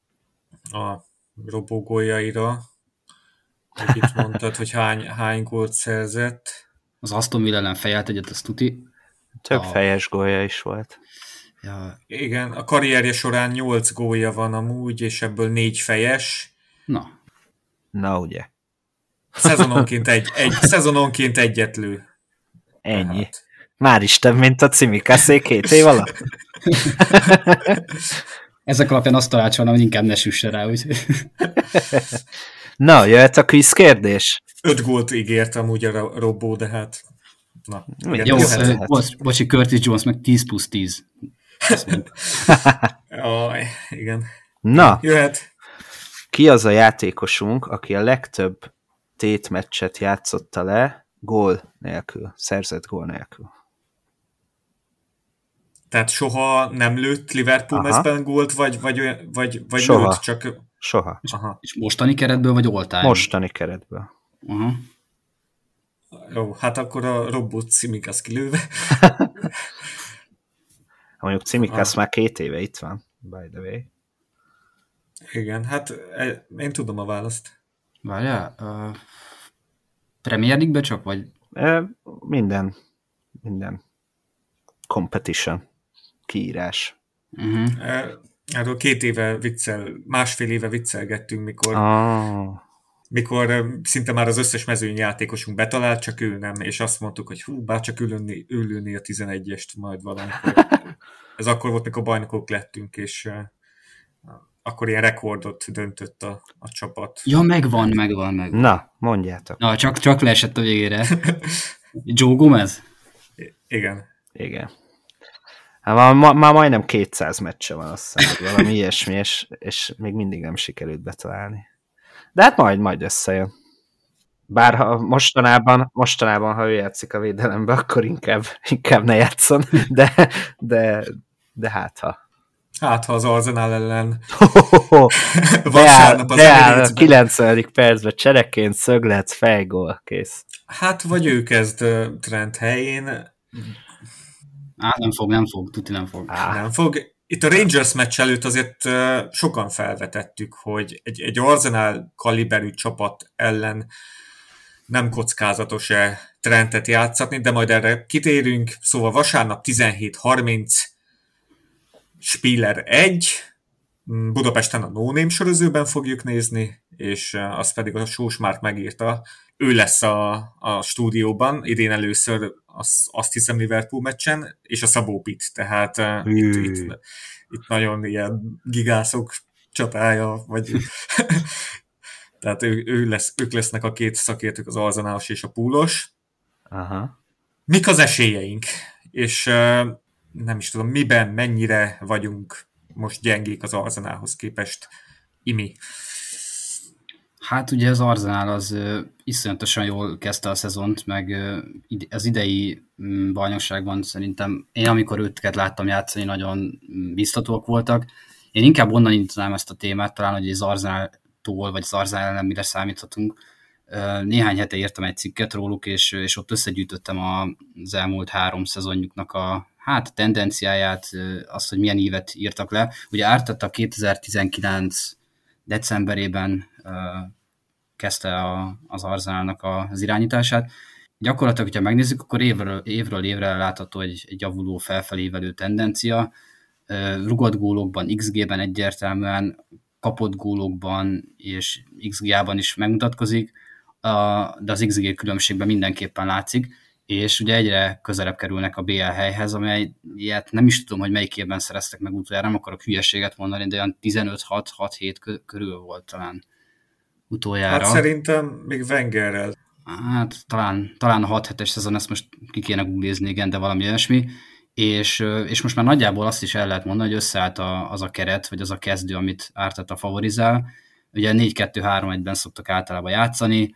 A: a Robó góljaira, hogy itt mondtad, hogy hány gólt szerzett.
B: Az Aston Villa ellen fejelt egyet, az tuti.
C: Több fejes gólja is volt.
B: Ja.
A: Igen, a karrierje során 8 gólja van amúgy, és ebből 4 fejes.
C: Na ugye.
A: Szezononként egyet lő.
C: Ennyi.
A: Tehát.
C: Már is több, mint a Cimikaszé 2 év alatt.
B: Ezek alapján azt tanácsolnám, hogy inkább ne süsse rá, úgy.
C: Na, jöhet a quiz kérdés.
A: 5 gólt ígért amúgy a Robbo, de hát... Na, igen,
B: Jó,
C: jöhet.
B: bocsi, Curtis Jones meg 10+10.
A: Igen.
C: Na,
A: Jöhet.
C: ki az a játékosunk, aki a legtöbb tétmeccset játszotta le gól nélkül, szerzett gól nélkül?
A: Tehát soha nem lőtt Liverpool mezben gólt, vagy
C: Soha.
A: lőtt, csak...
C: Soha.
A: Aha.
B: És mostani keretből, vagy all time?
C: Mostani keretből.
B: Aha.
A: Jó, hát akkor a Robot Cimikas kilőve.
C: Mondjuk Cimikas már 2 éve itt van, by the way.
A: Igen, hát én tudom a választ.
B: Várjál, Premier League-be csak, vagy?
C: Minden competition, kiírás.
A: Erről 2 éve másfél éve viccelgettünk, mikor szinte már az összes mezőny játékosunk betalált, csak ő nem, és azt mondtuk, hogy bárcsak ő lőni a 11-est majd valamikor. Ez akkor volt, mikor bajnokok lettünk, és akkor ilyen rekordot döntött a csapat.
B: Ja, megvan.
C: Na, mondjátok.
B: Na, csak leesett a végére. Joe Gomez?
A: Igen.
C: Hát már majdnem 200 meccse van, azt hiszem, valami ilyesmi, és még mindig nem sikerült betalálni. De hát majd összejön. Bár ha mostanában, ha ő játszik a védelembe, akkor inkább ne játszon, de hát ha.
A: Hát, ha az Arsenal ellen
C: vasárnap az Emirates-ben. 90. percben csereként szöglet, fejgól, kész.
A: Hát, vagy ő kezd Trent helyén.
B: Nem fog, tuti nem fog.
A: Nem fog. Itt a Rangers meccs előtt azért sokan felvetettük, hogy egy Arsenal kaliberű csapat ellen nem kockázatos-e Trentet játszatni, de majd erre kitérünk. Szóval vasárnap 17:30 Spieler 1, Budapesten a No Name sorozőben fogjuk nézni, és azt pedig a Sós Márk megírta. Ő lesz a stúdióban, idén először azt hiszem Liverpool meccsen, és a Szabó Pitt, tehát itt nagyon ilyen gigászok csatája, vagy tehát ők lesznek a 2 szakértők, az arzenálos és a púlos.
C: Aha.
A: Mik az esélyeink? És nem is tudom, miben, mennyire vagyunk most gyengék az Arsenalhoz képest. Imi.
B: Hát ugye az Arsenal az iszonyatosan jól kezdte a szezont, meg az idei bajnokságban szerintem én amikor őket láttam játszani, nagyon biztatóak voltak. Én inkább onnan indítanám ezt a témát, talán, hogy az Arsenaltól, vagy az Arsenal ellen mire számíthatunk. Néhány hete írtam egy cikket róluk, és ott összegyűjtöttem az elmúlt 3 szezonjuknak a tendenciáját, azt, hogy milyen évet írtak le. Ugye Arteta 2019 decemberében kezdte az Arsenalnak az irányítását. Gyakorlatilag, hogyha megnézzük, akkor évről évre látható egy javuló felfelévelő tendencia. Rugott gólokban, XG-ben egyértelműen, kapott gólokban és XG-ban is megmutatkozik, de az XG különbségben mindenképpen látszik, és ugye egyre közelebb kerülnek a BL helyhez, amely ilyet nem is tudom, hogy melyik évben szereztek meg utoljára, nem akarok hülyeséget mondani, de olyan 15-6-7 körül volt talán utoljára.
A: Hát szerintem még Wengerrel.
B: Hát talán a 6-7-es szezon, ezt most ki kéne googlezni, igen, de valami olyasmi. És most már nagyjából azt is el lehet mondani, hogy összeállt az a keret, vagy az a kezdő, amit Arteta favorizál. Ugye 4-2-3-1-ben szoktak általában játszani,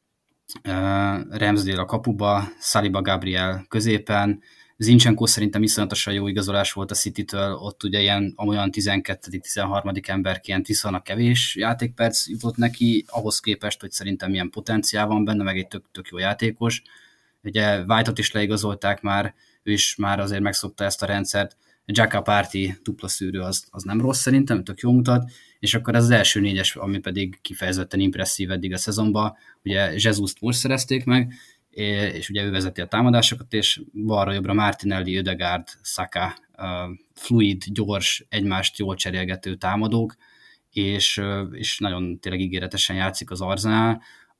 B: Ramsdale a kapuba, Saliba, Gabriel középen, Zinchenko szerintem iszonyatosan jó igazolás volt a City-től, ott ugye ilyen olyan 12.-13. emberként viszonylag kevés játékperc jutott neki, ahhoz képest, hogy szerintem milyen potenciál van benne, meg egy tök jó játékos. Ugye White-ot is leigazolták már, ő is már azért megszokta ezt a rendszert, Xhaka Partey dupla szűrő az nem rossz szerintem, tök jó mutat, és akkor az első 4-es, ami pedig kifejezetten impresszív eddig a szezonban, ugye Jesus-t most szerezték meg, és ugye ő vezeti a támadásokat, és balra-jobbra Martinelli, Ödegaard, Saka, fluid, gyors, egymást jól cserélgető támadók, és nagyon tényleg ígéretesen játszik az Arsenal.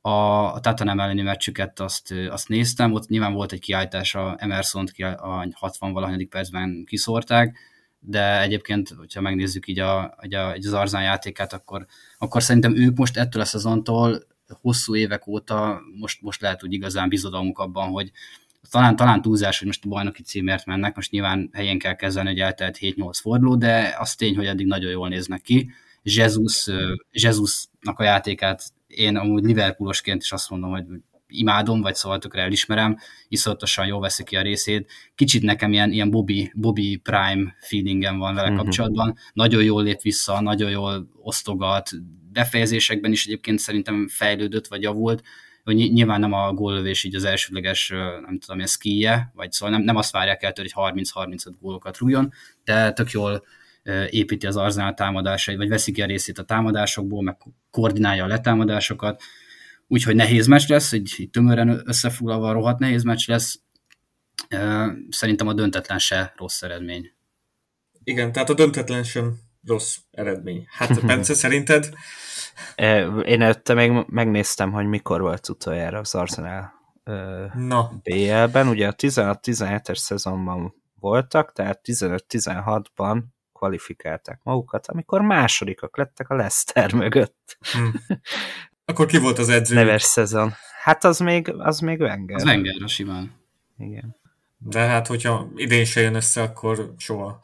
B: A Tottenham elleni meccsüket azt néztem, ott nyilván volt egy kiállítás, a Emersont a 60-valahanyadik percben kiszórták, de egyébként, hogyha megnézzük így az Arzán játékát, akkor szerintem ők most ettől a szezontól hosszú évek óta most lehet úgy igazán bizodalmuk abban, hogy talán túlzás, hogy most a bajnoki címért mennek, most nyilván helyén kell kezdeni, hogy eltelt 7-8 forduló, de az tény, hogy eddig nagyon jól néznek ki. Jesusnak a játékát én amúgy Liverpoolosként is azt mondom, hogy imádom, vagy szóval tökre elismerem, iszonyatosan jól veszi ki a részét. Kicsit nekem ilyen Bobby Prime feelingem van vele kapcsolatban. Nagyon jól lép vissza, nagyon jól osztogat, befejezésekben is egyébként szerintem fejlődött, vagy javult. Nyilván nem a góllövés így az elsődleges, nem tudom, ez skije, vagy szóval nem azt várják el tőle, hogy 30-35 gólokat rúgjon, de tök jól építi az Arsenal támadásait, vagy veszi ki a részét a támadásokból, meg koordinálja a letámadásokat, úgyhogy nehéz meccs lesz, így tömören összefoglalva rohadt nehéz meccs lesz. Szerintem a döntetlen se rossz eredmény.
A: Igen, tehát a döntetlen sem rossz eredmény. Hát Bence, szerinted?
C: Én előtte még megnéztem, hogy mikor volt utoljára az Arsenal BL-ben. Ugye a 16-17-es szezonban voltak, tehát 15-16-ban kvalifikálták magukat, amikor másodikak lettek a Leicester mögött.
A: Akkor ki volt az edző?
C: Neves szezon. Hát az még Wenger.
B: Az Wengerre simán.
C: Igen.
A: De hát, hogyha idén se jön össze, akkor soha.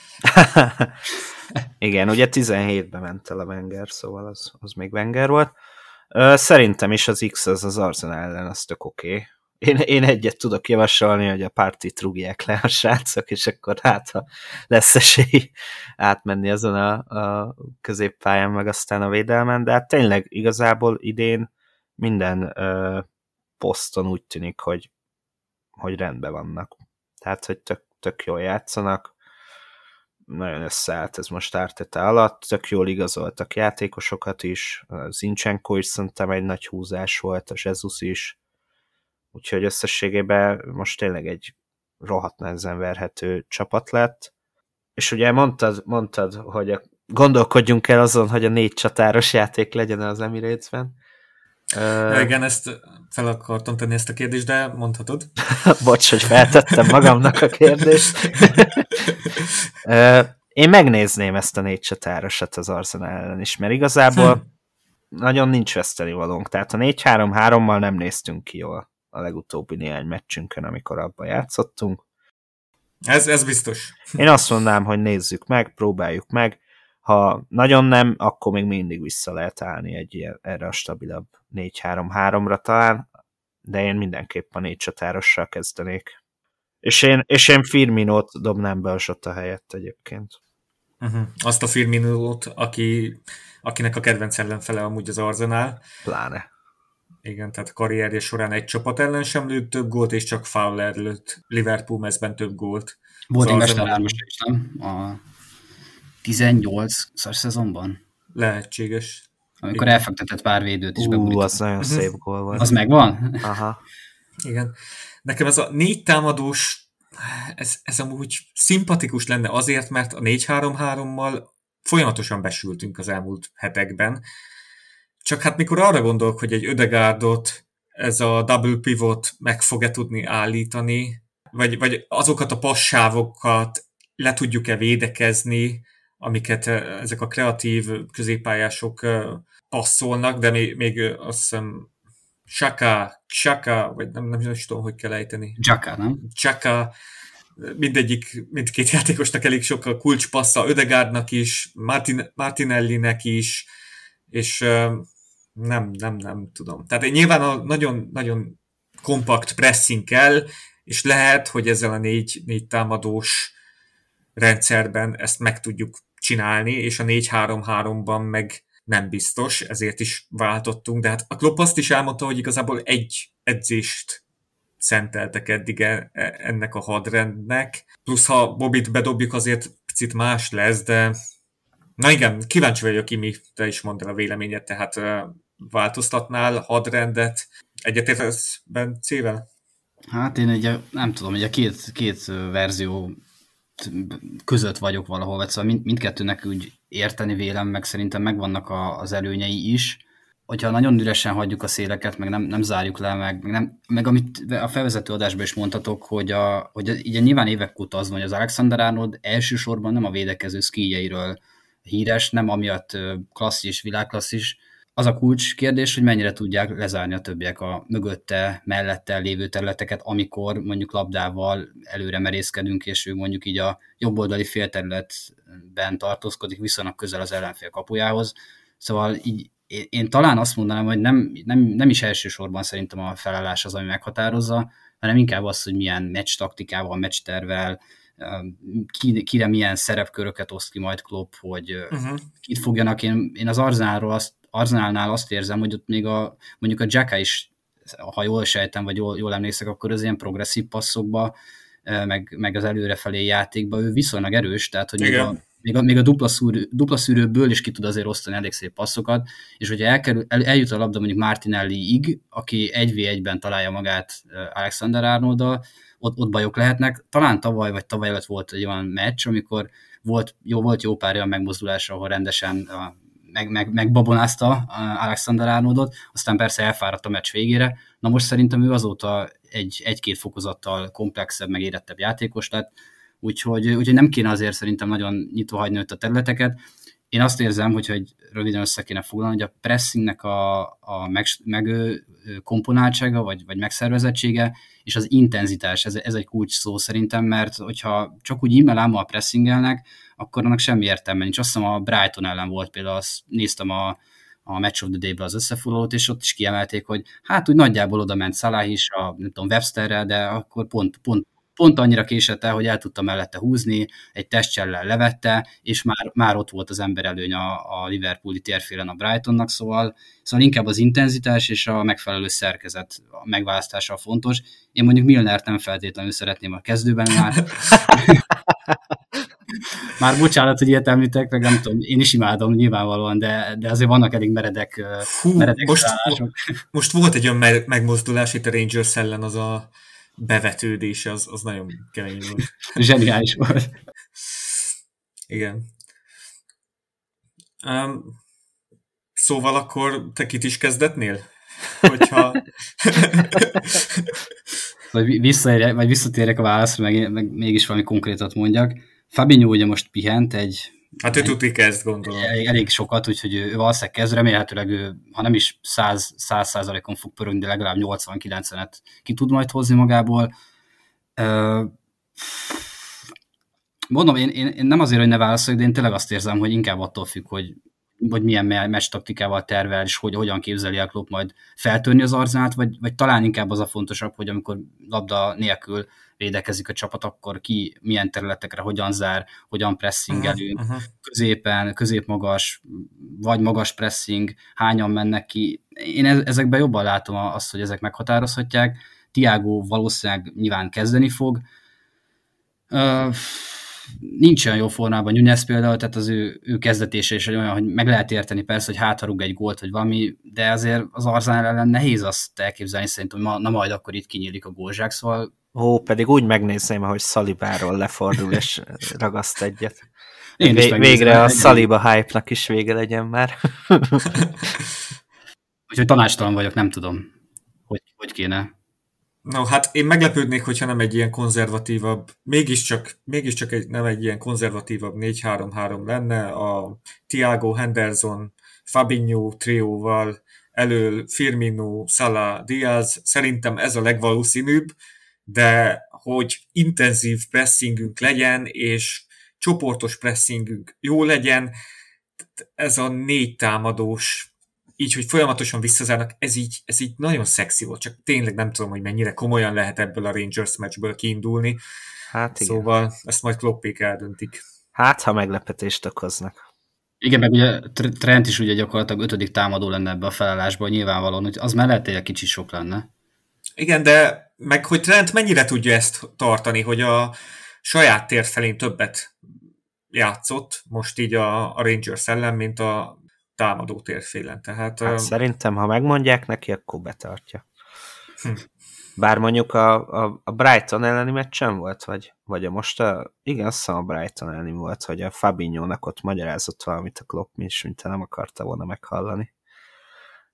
C: Igen, ugye 17-ben ment el a Wenger, szóval az még Wenger volt. Szerintem is az X az Arsenal ellen, az tök oké. Én egyet tudok javasolni, hogy a partit rúgják le a srácok, és akkor hát, ha lesz esély átmenni azon a középpályán, meg aztán a védelmen, de hát tényleg igazából idén minden poszton úgy tűnik, hogy rendben vannak. Tehát, hogy tök jól játszanak, nagyon összeállt ez most Arteta alatt, tök jól igazoltak játékosokat is, a Zinchenko is szerintem egy nagy húzás volt, a Jesus is, úgyhogy összességében most tényleg egy rohadt nehezen verhető csapat lett. És ugye mondtad, hogy gondolkodjunk el azon, hogy a 4 csatáros játék legyen az Emirates-ben.
A: Igen, ezt fel akartam tenni ezt a kérdést, de mondhatod.
C: Bocs, hogy feltettem magamnak a kérdést. Én megnézném ezt a 4 csatárosat az Arsenal ellen is, mert igazából nagyon nincs vesztenivalónk. Tehát a 4-3-3-mal nem néztünk ki jól a legutóbbi néhány meccsünkön, amikor abban játszottunk.
A: Ez biztos.
C: Én azt mondanám, hogy nézzük meg, próbáljuk meg. Ha nagyon nem, akkor még mindig vissza lehet állni erre a stabilabb 4-3-3-ra talán, de én mindenképp a 4 csatárossal kezdenék. És én Firminót dobnám be a Zsota helyett egyébként.
A: Azt a Firminót, akinek a kedvenc ellenfele amúgy az Arsenal.
C: Pláne.
A: Igen, tehát a karrierje során egy csapat ellen sem lőtt több gólt, és csak Fowler lőtt Liverpool mezben több gólt.
B: Volt egy Mester 3-as is, nem? A 18-as szezonban?
A: Lehetséges.
B: Amikor elfektetett pár védőt is beburított.
C: Az nagyon szép gól volt.
B: Az megvan?
C: Aha.
A: Igen. Nekem ez a 4 támadós, ez amúgy szimpatikus lenne azért, mert a 4-3-3-mal folyamatosan besültünk az elmúlt hetekben. Csak hát mikor arra gondolok, hogy egy Ödegaardot ez a double pivot meg fog-e tudni állítani, vagy azokat a passávokat le tudjuk-e védekezni, amiket ezek a kreatív középpályások passzolnak, de még azt hiszem Xhaka, vagy nem is tudom, hogy kell ejteni.
B: Xhaka, nem?
A: Xhaka, mindkét játékosnak elég sok a kulcspassza, Ödegaardnak is, Martinellinek is, és nem tudom. Tehát nyilván a nagyon kompakt pressing kell, és lehet, hogy ezzel a 4 támadós rendszerben ezt meg tudjuk csinálni, és a 4-3-3-ban meg nem biztos, ezért is váltottunk, de hát a Klopp azt is elmondta, hogy igazából egy edzést szenteltek eddig ennek a hadrendnek, plusz ha Bobbyt bedobjuk, azért picit más lesz, de na igen, kíváncsi vagyok, Imi, te is mondd el a véleményed, tehát változtatnál hadrendet, egyetértesz Bencével?
B: Hát én nem tudom, hogy a két verzió között vagyok valahol, vagy szóval mindkettőnek úgy érteni vélem, meg szerintem megvannak az előnyei is. hogyha nagyon üresen hagyjuk a széleket, meg nem zárjuk le, meg amit a felvezető adásban is mondhatok, hogy így nyilván évek óta az van, hogy az Alexander Arnold elsősorban nem a védekező szkíjeiről híres, nem amiatt klasszis, világklasszis. Az a kulcs kérdés, hogy mennyire tudják lezárni a többiek a mögötte, mellette lévő területeket, amikor mondjuk labdával előre merészkedünk, és ő mondjuk így a jobboldali félterületben tartózkodik viszonylag közel az ellenfél kapujához. Szóval így én talán azt mondanám, hogy nem is elsősorban szerintem a felállás az, ami meghatározza, hanem inkább az, hogy milyen meccs taktikával, meccs tervvel, kire milyen szerepköröket oszt ki majd Klopp, hogy kit fogjanak. Én az Arsenalnál azt érzem, hogy ott még mondjuk a Xhaka is, ha jól sejtem, vagy jól emlékszek, akkor az ilyen progresszív passzokba, meg az előrefelé játékba ő viszonylag erős, tehát hogy még a dupla szűrőből is ki tud azért osztani elég szép passzokat, és hogyha eljut a labda mondjuk Martinelli-ig, aki 1v1-ben találja magát Alexander Arnolddal, ott bajok lehetnek. Talán tavaly vagy tavaly előtt volt egy olyan meccs, amikor volt jó pár olyan megmozdulásra, ahol rendesen megbabonázta Alexander Arnoldot, aztán persze elfáradt a meccs végére. Na most szerintem ő azóta egy-két fokozattal komplexebb, meg érettebb játékos lett, úgyhogy nem kéne azért szerintem nagyon nyitva hagyni ott a területeket. Én azt érzem, hogy röviden össze kéne foglalni, hogy a pressingnek a megkomponáltsága, vagy megszervezettsége, és az intenzitás, ez egy kulcs szó szerintem, mert hogyha csak úgy immelámmal pressingelnek, akkor annak semmi értelme nincs. Azt hiszem a Brighton ellen volt például, azt néztem a Match of the Day-be az összefoglalót, és ott is kiemelték, hogy hát úgy nagyjából oda ment Salah is, nem tudom, Websterrel, de akkor pont annyira késett el, hogy el tudta mellette húzni, egy testcsellel levette, és már ott volt az emberelőny a Liverpooli térfélen a Brightonnak, szóval inkább az intenzitás és a megfelelő szerkezet megválasztása fontos. Én mondjuk Milnert nem feltétlenül szeretném a kezdőben már bocsánat, hogy ilyet említek, meg nem tudom, én is imádom nyilvánvalóan, de azért vannak elég meredek
A: most volt egy olyan megmozdulás itt a Rangers ellen, az a bevetődés, az nagyon kemény volt.
B: Zseniális volt.
A: Igen. Szóval akkor te kit is kezdetnél? Hogyha...
B: visszatérek a válaszra, meg mégis valami konkrétat mondjak. Fabinho ugye most pihent
A: hát ő tudni kezd, gondolom.
B: Elég sokat, úgyhogy ő valószínűleg kezd, remélhetőleg ő, ha nem is 100%-on fog pörögni, de legalább 80-90-et ki tud majd hozni magából. Mondom, én nem azért, hogy ne válaszoljak, de én tényleg azt érzem, hogy inkább attól függ, hogy milyen meccs taktikával tervel, és hogyan képzeli el Klopp majd feltörni az Arzenát, vagy talán inkább az a fontosabb, hogy amikor labda nélkül védekezik a csapat, akkor ki milyen területekre hogyan zár, hogyan pressingelünk, középen, középmagas, vagy magas pressing, hányan mennek ki. Én ezekben jobban látom azt, hogy ezek meghatározhatják. Thiago valószínűleg nyilván kezdeni fog. Nincs olyan jó formában Nunez például, tehát az ő kezdetése is olyan, hogy meg lehet érteni persze, hogy hátrarúg egy gólt, vagy valami, de azért az Arsenal ellen nehéz azt elképzelni szerintem, hogy na majd akkor itt kinyílik a gólzsák, szóval...
C: Pedig úgy megnézném, ahogy Salibáról lefordul és ragaszt egyet.
B: Végre
C: a Saliba hype-nak is vége legyen már.
B: Úgyhogy tanácstalan vagyok, nem tudom, hogy kéne.
A: No, hát én meglepődnék, hogyha nem egy ilyen konzervatívabb, mégiscsak nem egy ilyen konzervatívabb 4-3-3 lenne, a Thiago, Henderson, Fabinho trióval, elől Firmino, Salah, Diaz, szerintem ez a legvalószínűbb, de hogy intenzív pressingünk legyen, és csoportos pressingünk jó legyen, ez a 4 támadós, így, hogy folyamatosan visszazárnak, ez így nagyon szexi volt, csak tényleg nem tudom, hogy mennyire komolyan lehet ebből a Rangers meccsből kiindulni.
C: Hát igen.
A: Szóval ezt majd Kloppék eldöntik.
C: Hát, ha meglepetést okoznak.
B: Igen, meg ugye Trent is ugye gyakorlatilag 5. támadó lenne ebbe a felállásban, nyilvánvalóan, hogy az mellett egy kicsit sok lenne.
A: Igen, de meg hogy Trent mennyire tudja ezt tartani, hogy a saját tér felén többet játszott most így a Rangers ellen, mint a támadó térfélen. Tehát,
C: hát szerintem, ha megmondják neki, akkor betartja. Bár mondjuk a Brighton elleni meccsen volt, vagy a most igen, azt hiszem a Brighton elleni volt, hogy a Fabinho-nak ott magyarázott valamit a Klopp, mintha nem akarta volna meghallani.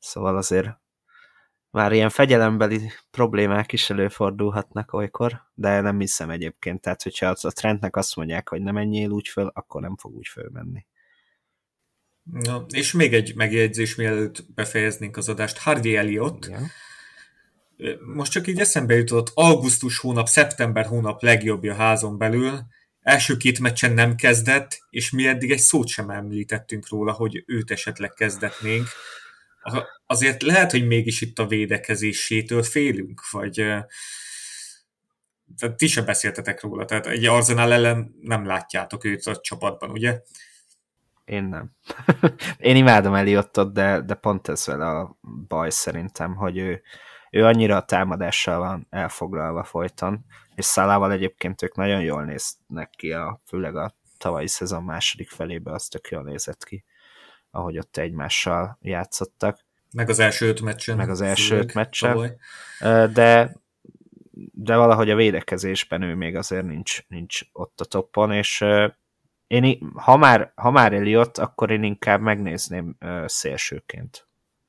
C: Szóval azért már ilyen fegyelembeli problémák is előfordulhatnak olykor, de nem hiszem egyébként. Tehát, hogyha a Trentnek azt mondják, hogy ne menjél úgy föl, akkor nem fog úgy fölmenni.
A: Na, és még egy megjegyzés, mielőtt befejeznénk az adást. Harvey Elliott,
C: Igen.
A: most csak így eszembe jutott, augusztus hónap, szeptember hónap legjobbja házon belül, első 2 meccsen nem kezdett, és mi eddig egy szót sem említettünk róla, hogy őt esetleg kezdetnénk. Azért lehet, hogy mégis itt a védekezésétől félünk, vagy tehát ti sem beszéltetek róla, tehát egy Arsenal ellen nem látjátok őt a csapatban, ugye?
C: Én nem. Én imádom Eliottot, de pont ez vele a baj szerintem, hogy ő annyira a támadással van elfoglalva folyton, és Szalával egyébként ők nagyon jól néznek ki, főleg a tavalyi szezon második felébe az tök jól nézett ki, ahogy ott egymással játszottak.
A: Meg az első 5 meccsen.
C: Meg az első 5 meccsen. De valahogy a védekezésben ő még azért nincs ott a toppon, és ha már Eliott, akkor én inkább megnézném szélsőként.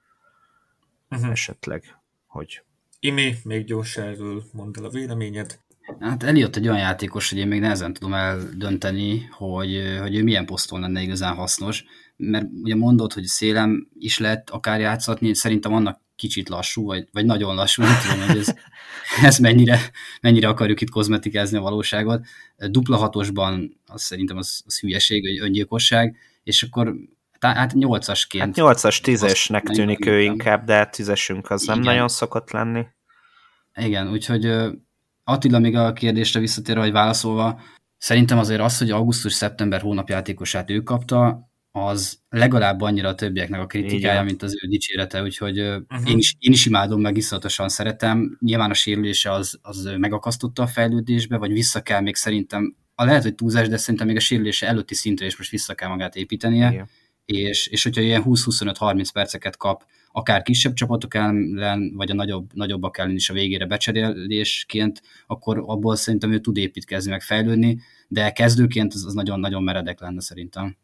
C: Esetleg, hogy...
A: Imi, még gyorsan erről mondd el a véleményed.
B: Hát Eliott egy olyan játékos, hogy én még nehezen tudom eldönteni, hogy ő milyen poszton lenne igazán hasznos, mert ugye mondod, hogy szélem is lehet akár játszatni, szerintem annak kicsit lassú, vagy nagyon lassú, nem tudom, hogy ez mennyire akarjuk itt kozmetikázni a valóságot. Dupla hatosban az szerintem az hülyeség, vagy öngyilkosság, és akkor hát 8-asként.
C: Hát 8-as, 10-esnek tűnik ő inkább, de 10-esünk az nem nagyon szokott lenni.
B: Igen, úgyhogy Attila, még a kérdésre visszatérve, vagy válaszolva, szerintem azért az, hogy augusztus-szeptember hónapjátékosát ő kapta, az legalább annyira a többieknek a kritikája, igen, mint az ő dicsérete, úgyhogy én is imádom, meg iszonyatosan szeretem. Nyilván a sérülése az megakasztotta a fejlődésbe, vagy vissza kell még szerintem, lehet, hogy túlzás, de szerintem még a sérülése előtti szintre is most vissza kell magát építenie, igen. És hogyha ilyen 20-25-30 perceket kap, akár kisebb csapatok ellen, vagy a nagyobbak ellen is a végére becserélésként, akkor abból szerintem ő tud építkezni, meg fejlődni, de kezdőként az nagyon-nagyon meredek lenne szerintem.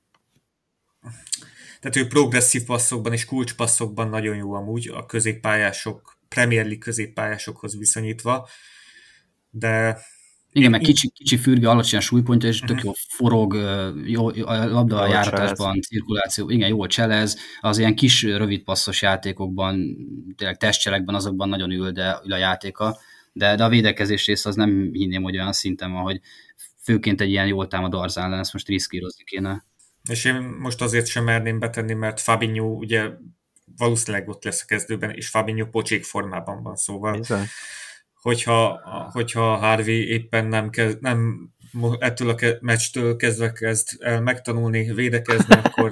A: Tehát ő progresszív passzokban és kulcspasszokban nagyon jó amúgy, a középpályások, Premier League középpályásokhoz viszonyítva, de...
B: Igen, meg kicsi fürge, alacsony súlypontja, és tök jó forog, jó, a labda a járatásban, cirkuláció, igen, jól cselez, az ilyen kis rövid passzos játékokban, tényleg testcselekben azokban nagyon ül a játéka, de a védekezés rész az nem hinném, hogy olyan szinten van, hogy főként egy ilyen jól támadó Arsenal ellen ezt most riszkírozni kéne.
A: És én most azért sem merném betenni, mert Fabinho ugye valószínűleg ott lesz a kezdőben, és Fabinho pocsék formában van, szóval... Bizony. Hogyha Harvey éppen nem ettől a meccstől kezd el megtanulni védekezni, akkor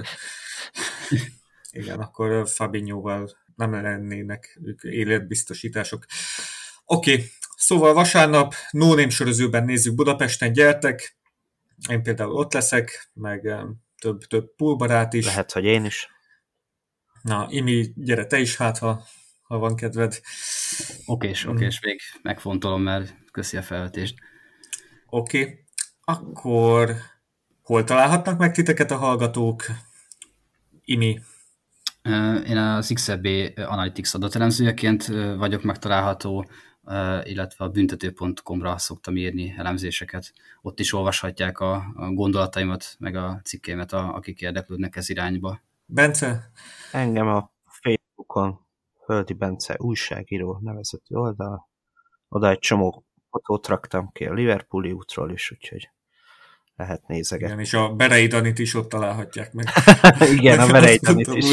A: igen, akkor Fabinhoval nem lennének ők életbiztosítások. Oké, szóval vasárnap No Name sörözőben nézzük Budapesten, gyertek, én például ott leszek, meg több poolbarát is.
C: Lehet, hogy én is.
A: Na, Imi, gyere te is, hát ha van kedved.
B: Okés, még megfontolom, mert köszi a felvetést.
A: Oké. Akkor hol találhatnak meg titeket a hallgatók? Imi?
B: Én az XRB Analytics adatelemzőjeként vagyok megtalálható, illetve a büntető.com-ra szoktam írni elemzéseket. Ott is olvashatják a gondolataimat, meg a cikkémet, akik érdeklődnek ez irányba.
A: Bence?
C: Engem a Facebookon Földi Bence újságíró nevezetű oldal. Oda egy csomó fotót raktam ki a Liverpooli útról is, úgyhogy lehet nézegetni.
A: Igen, és a Berei Danit is ott találhatják meg.
C: Igen, a Berei Danit is.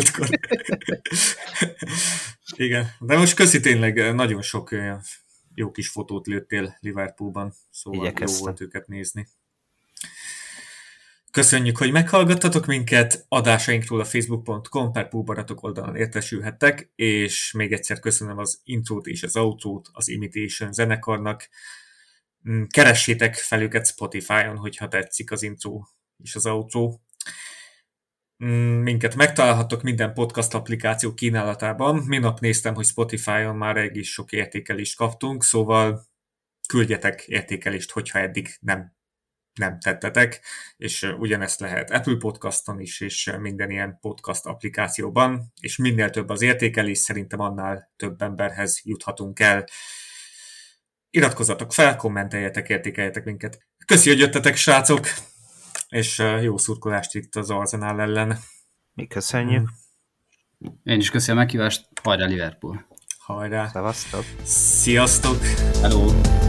A: Igen, de most köszi tényleg, nagyon sok jó kis fotót lőttél Liverpoolban, szóval igyekeztem. Jó volt őket nézni. Köszönjük, hogy meghallgattatok minket, adásainkról a facebook.com/Púbaratok oldalon értesülhettek, és még egyszer köszönöm az intrót és az outrót az Imitation zenekarnak. Keressétek fel őket Spotify-on, hogyha tetszik az intro és az outro. Minket megtalálhattok minden podcast applikáció kínálatában. Minap néztem, hogy Spotify-on már egész sok értékelést kaptunk, szóval küldjetek értékelést, hogyha eddig nem nem tettetek, és ugyanezt lehet Apple Podcaston is, és minden ilyen podcast applikációban, és minél több az értékelés, szerintem annál több emberhez juthatunk el. Iratkozzatok fel, kommenteljetek, értékeljetek minket. Köszi, hogy jöttetek, srácok, és jó szurkolást itt az Arsenal ellen.
C: Mi köszönjük.
B: Én is köszönöm a meghívást, hajrá Liverpool!
A: Hajrá!
C: Szevasztok!
A: Sziasztok!
B: Hello!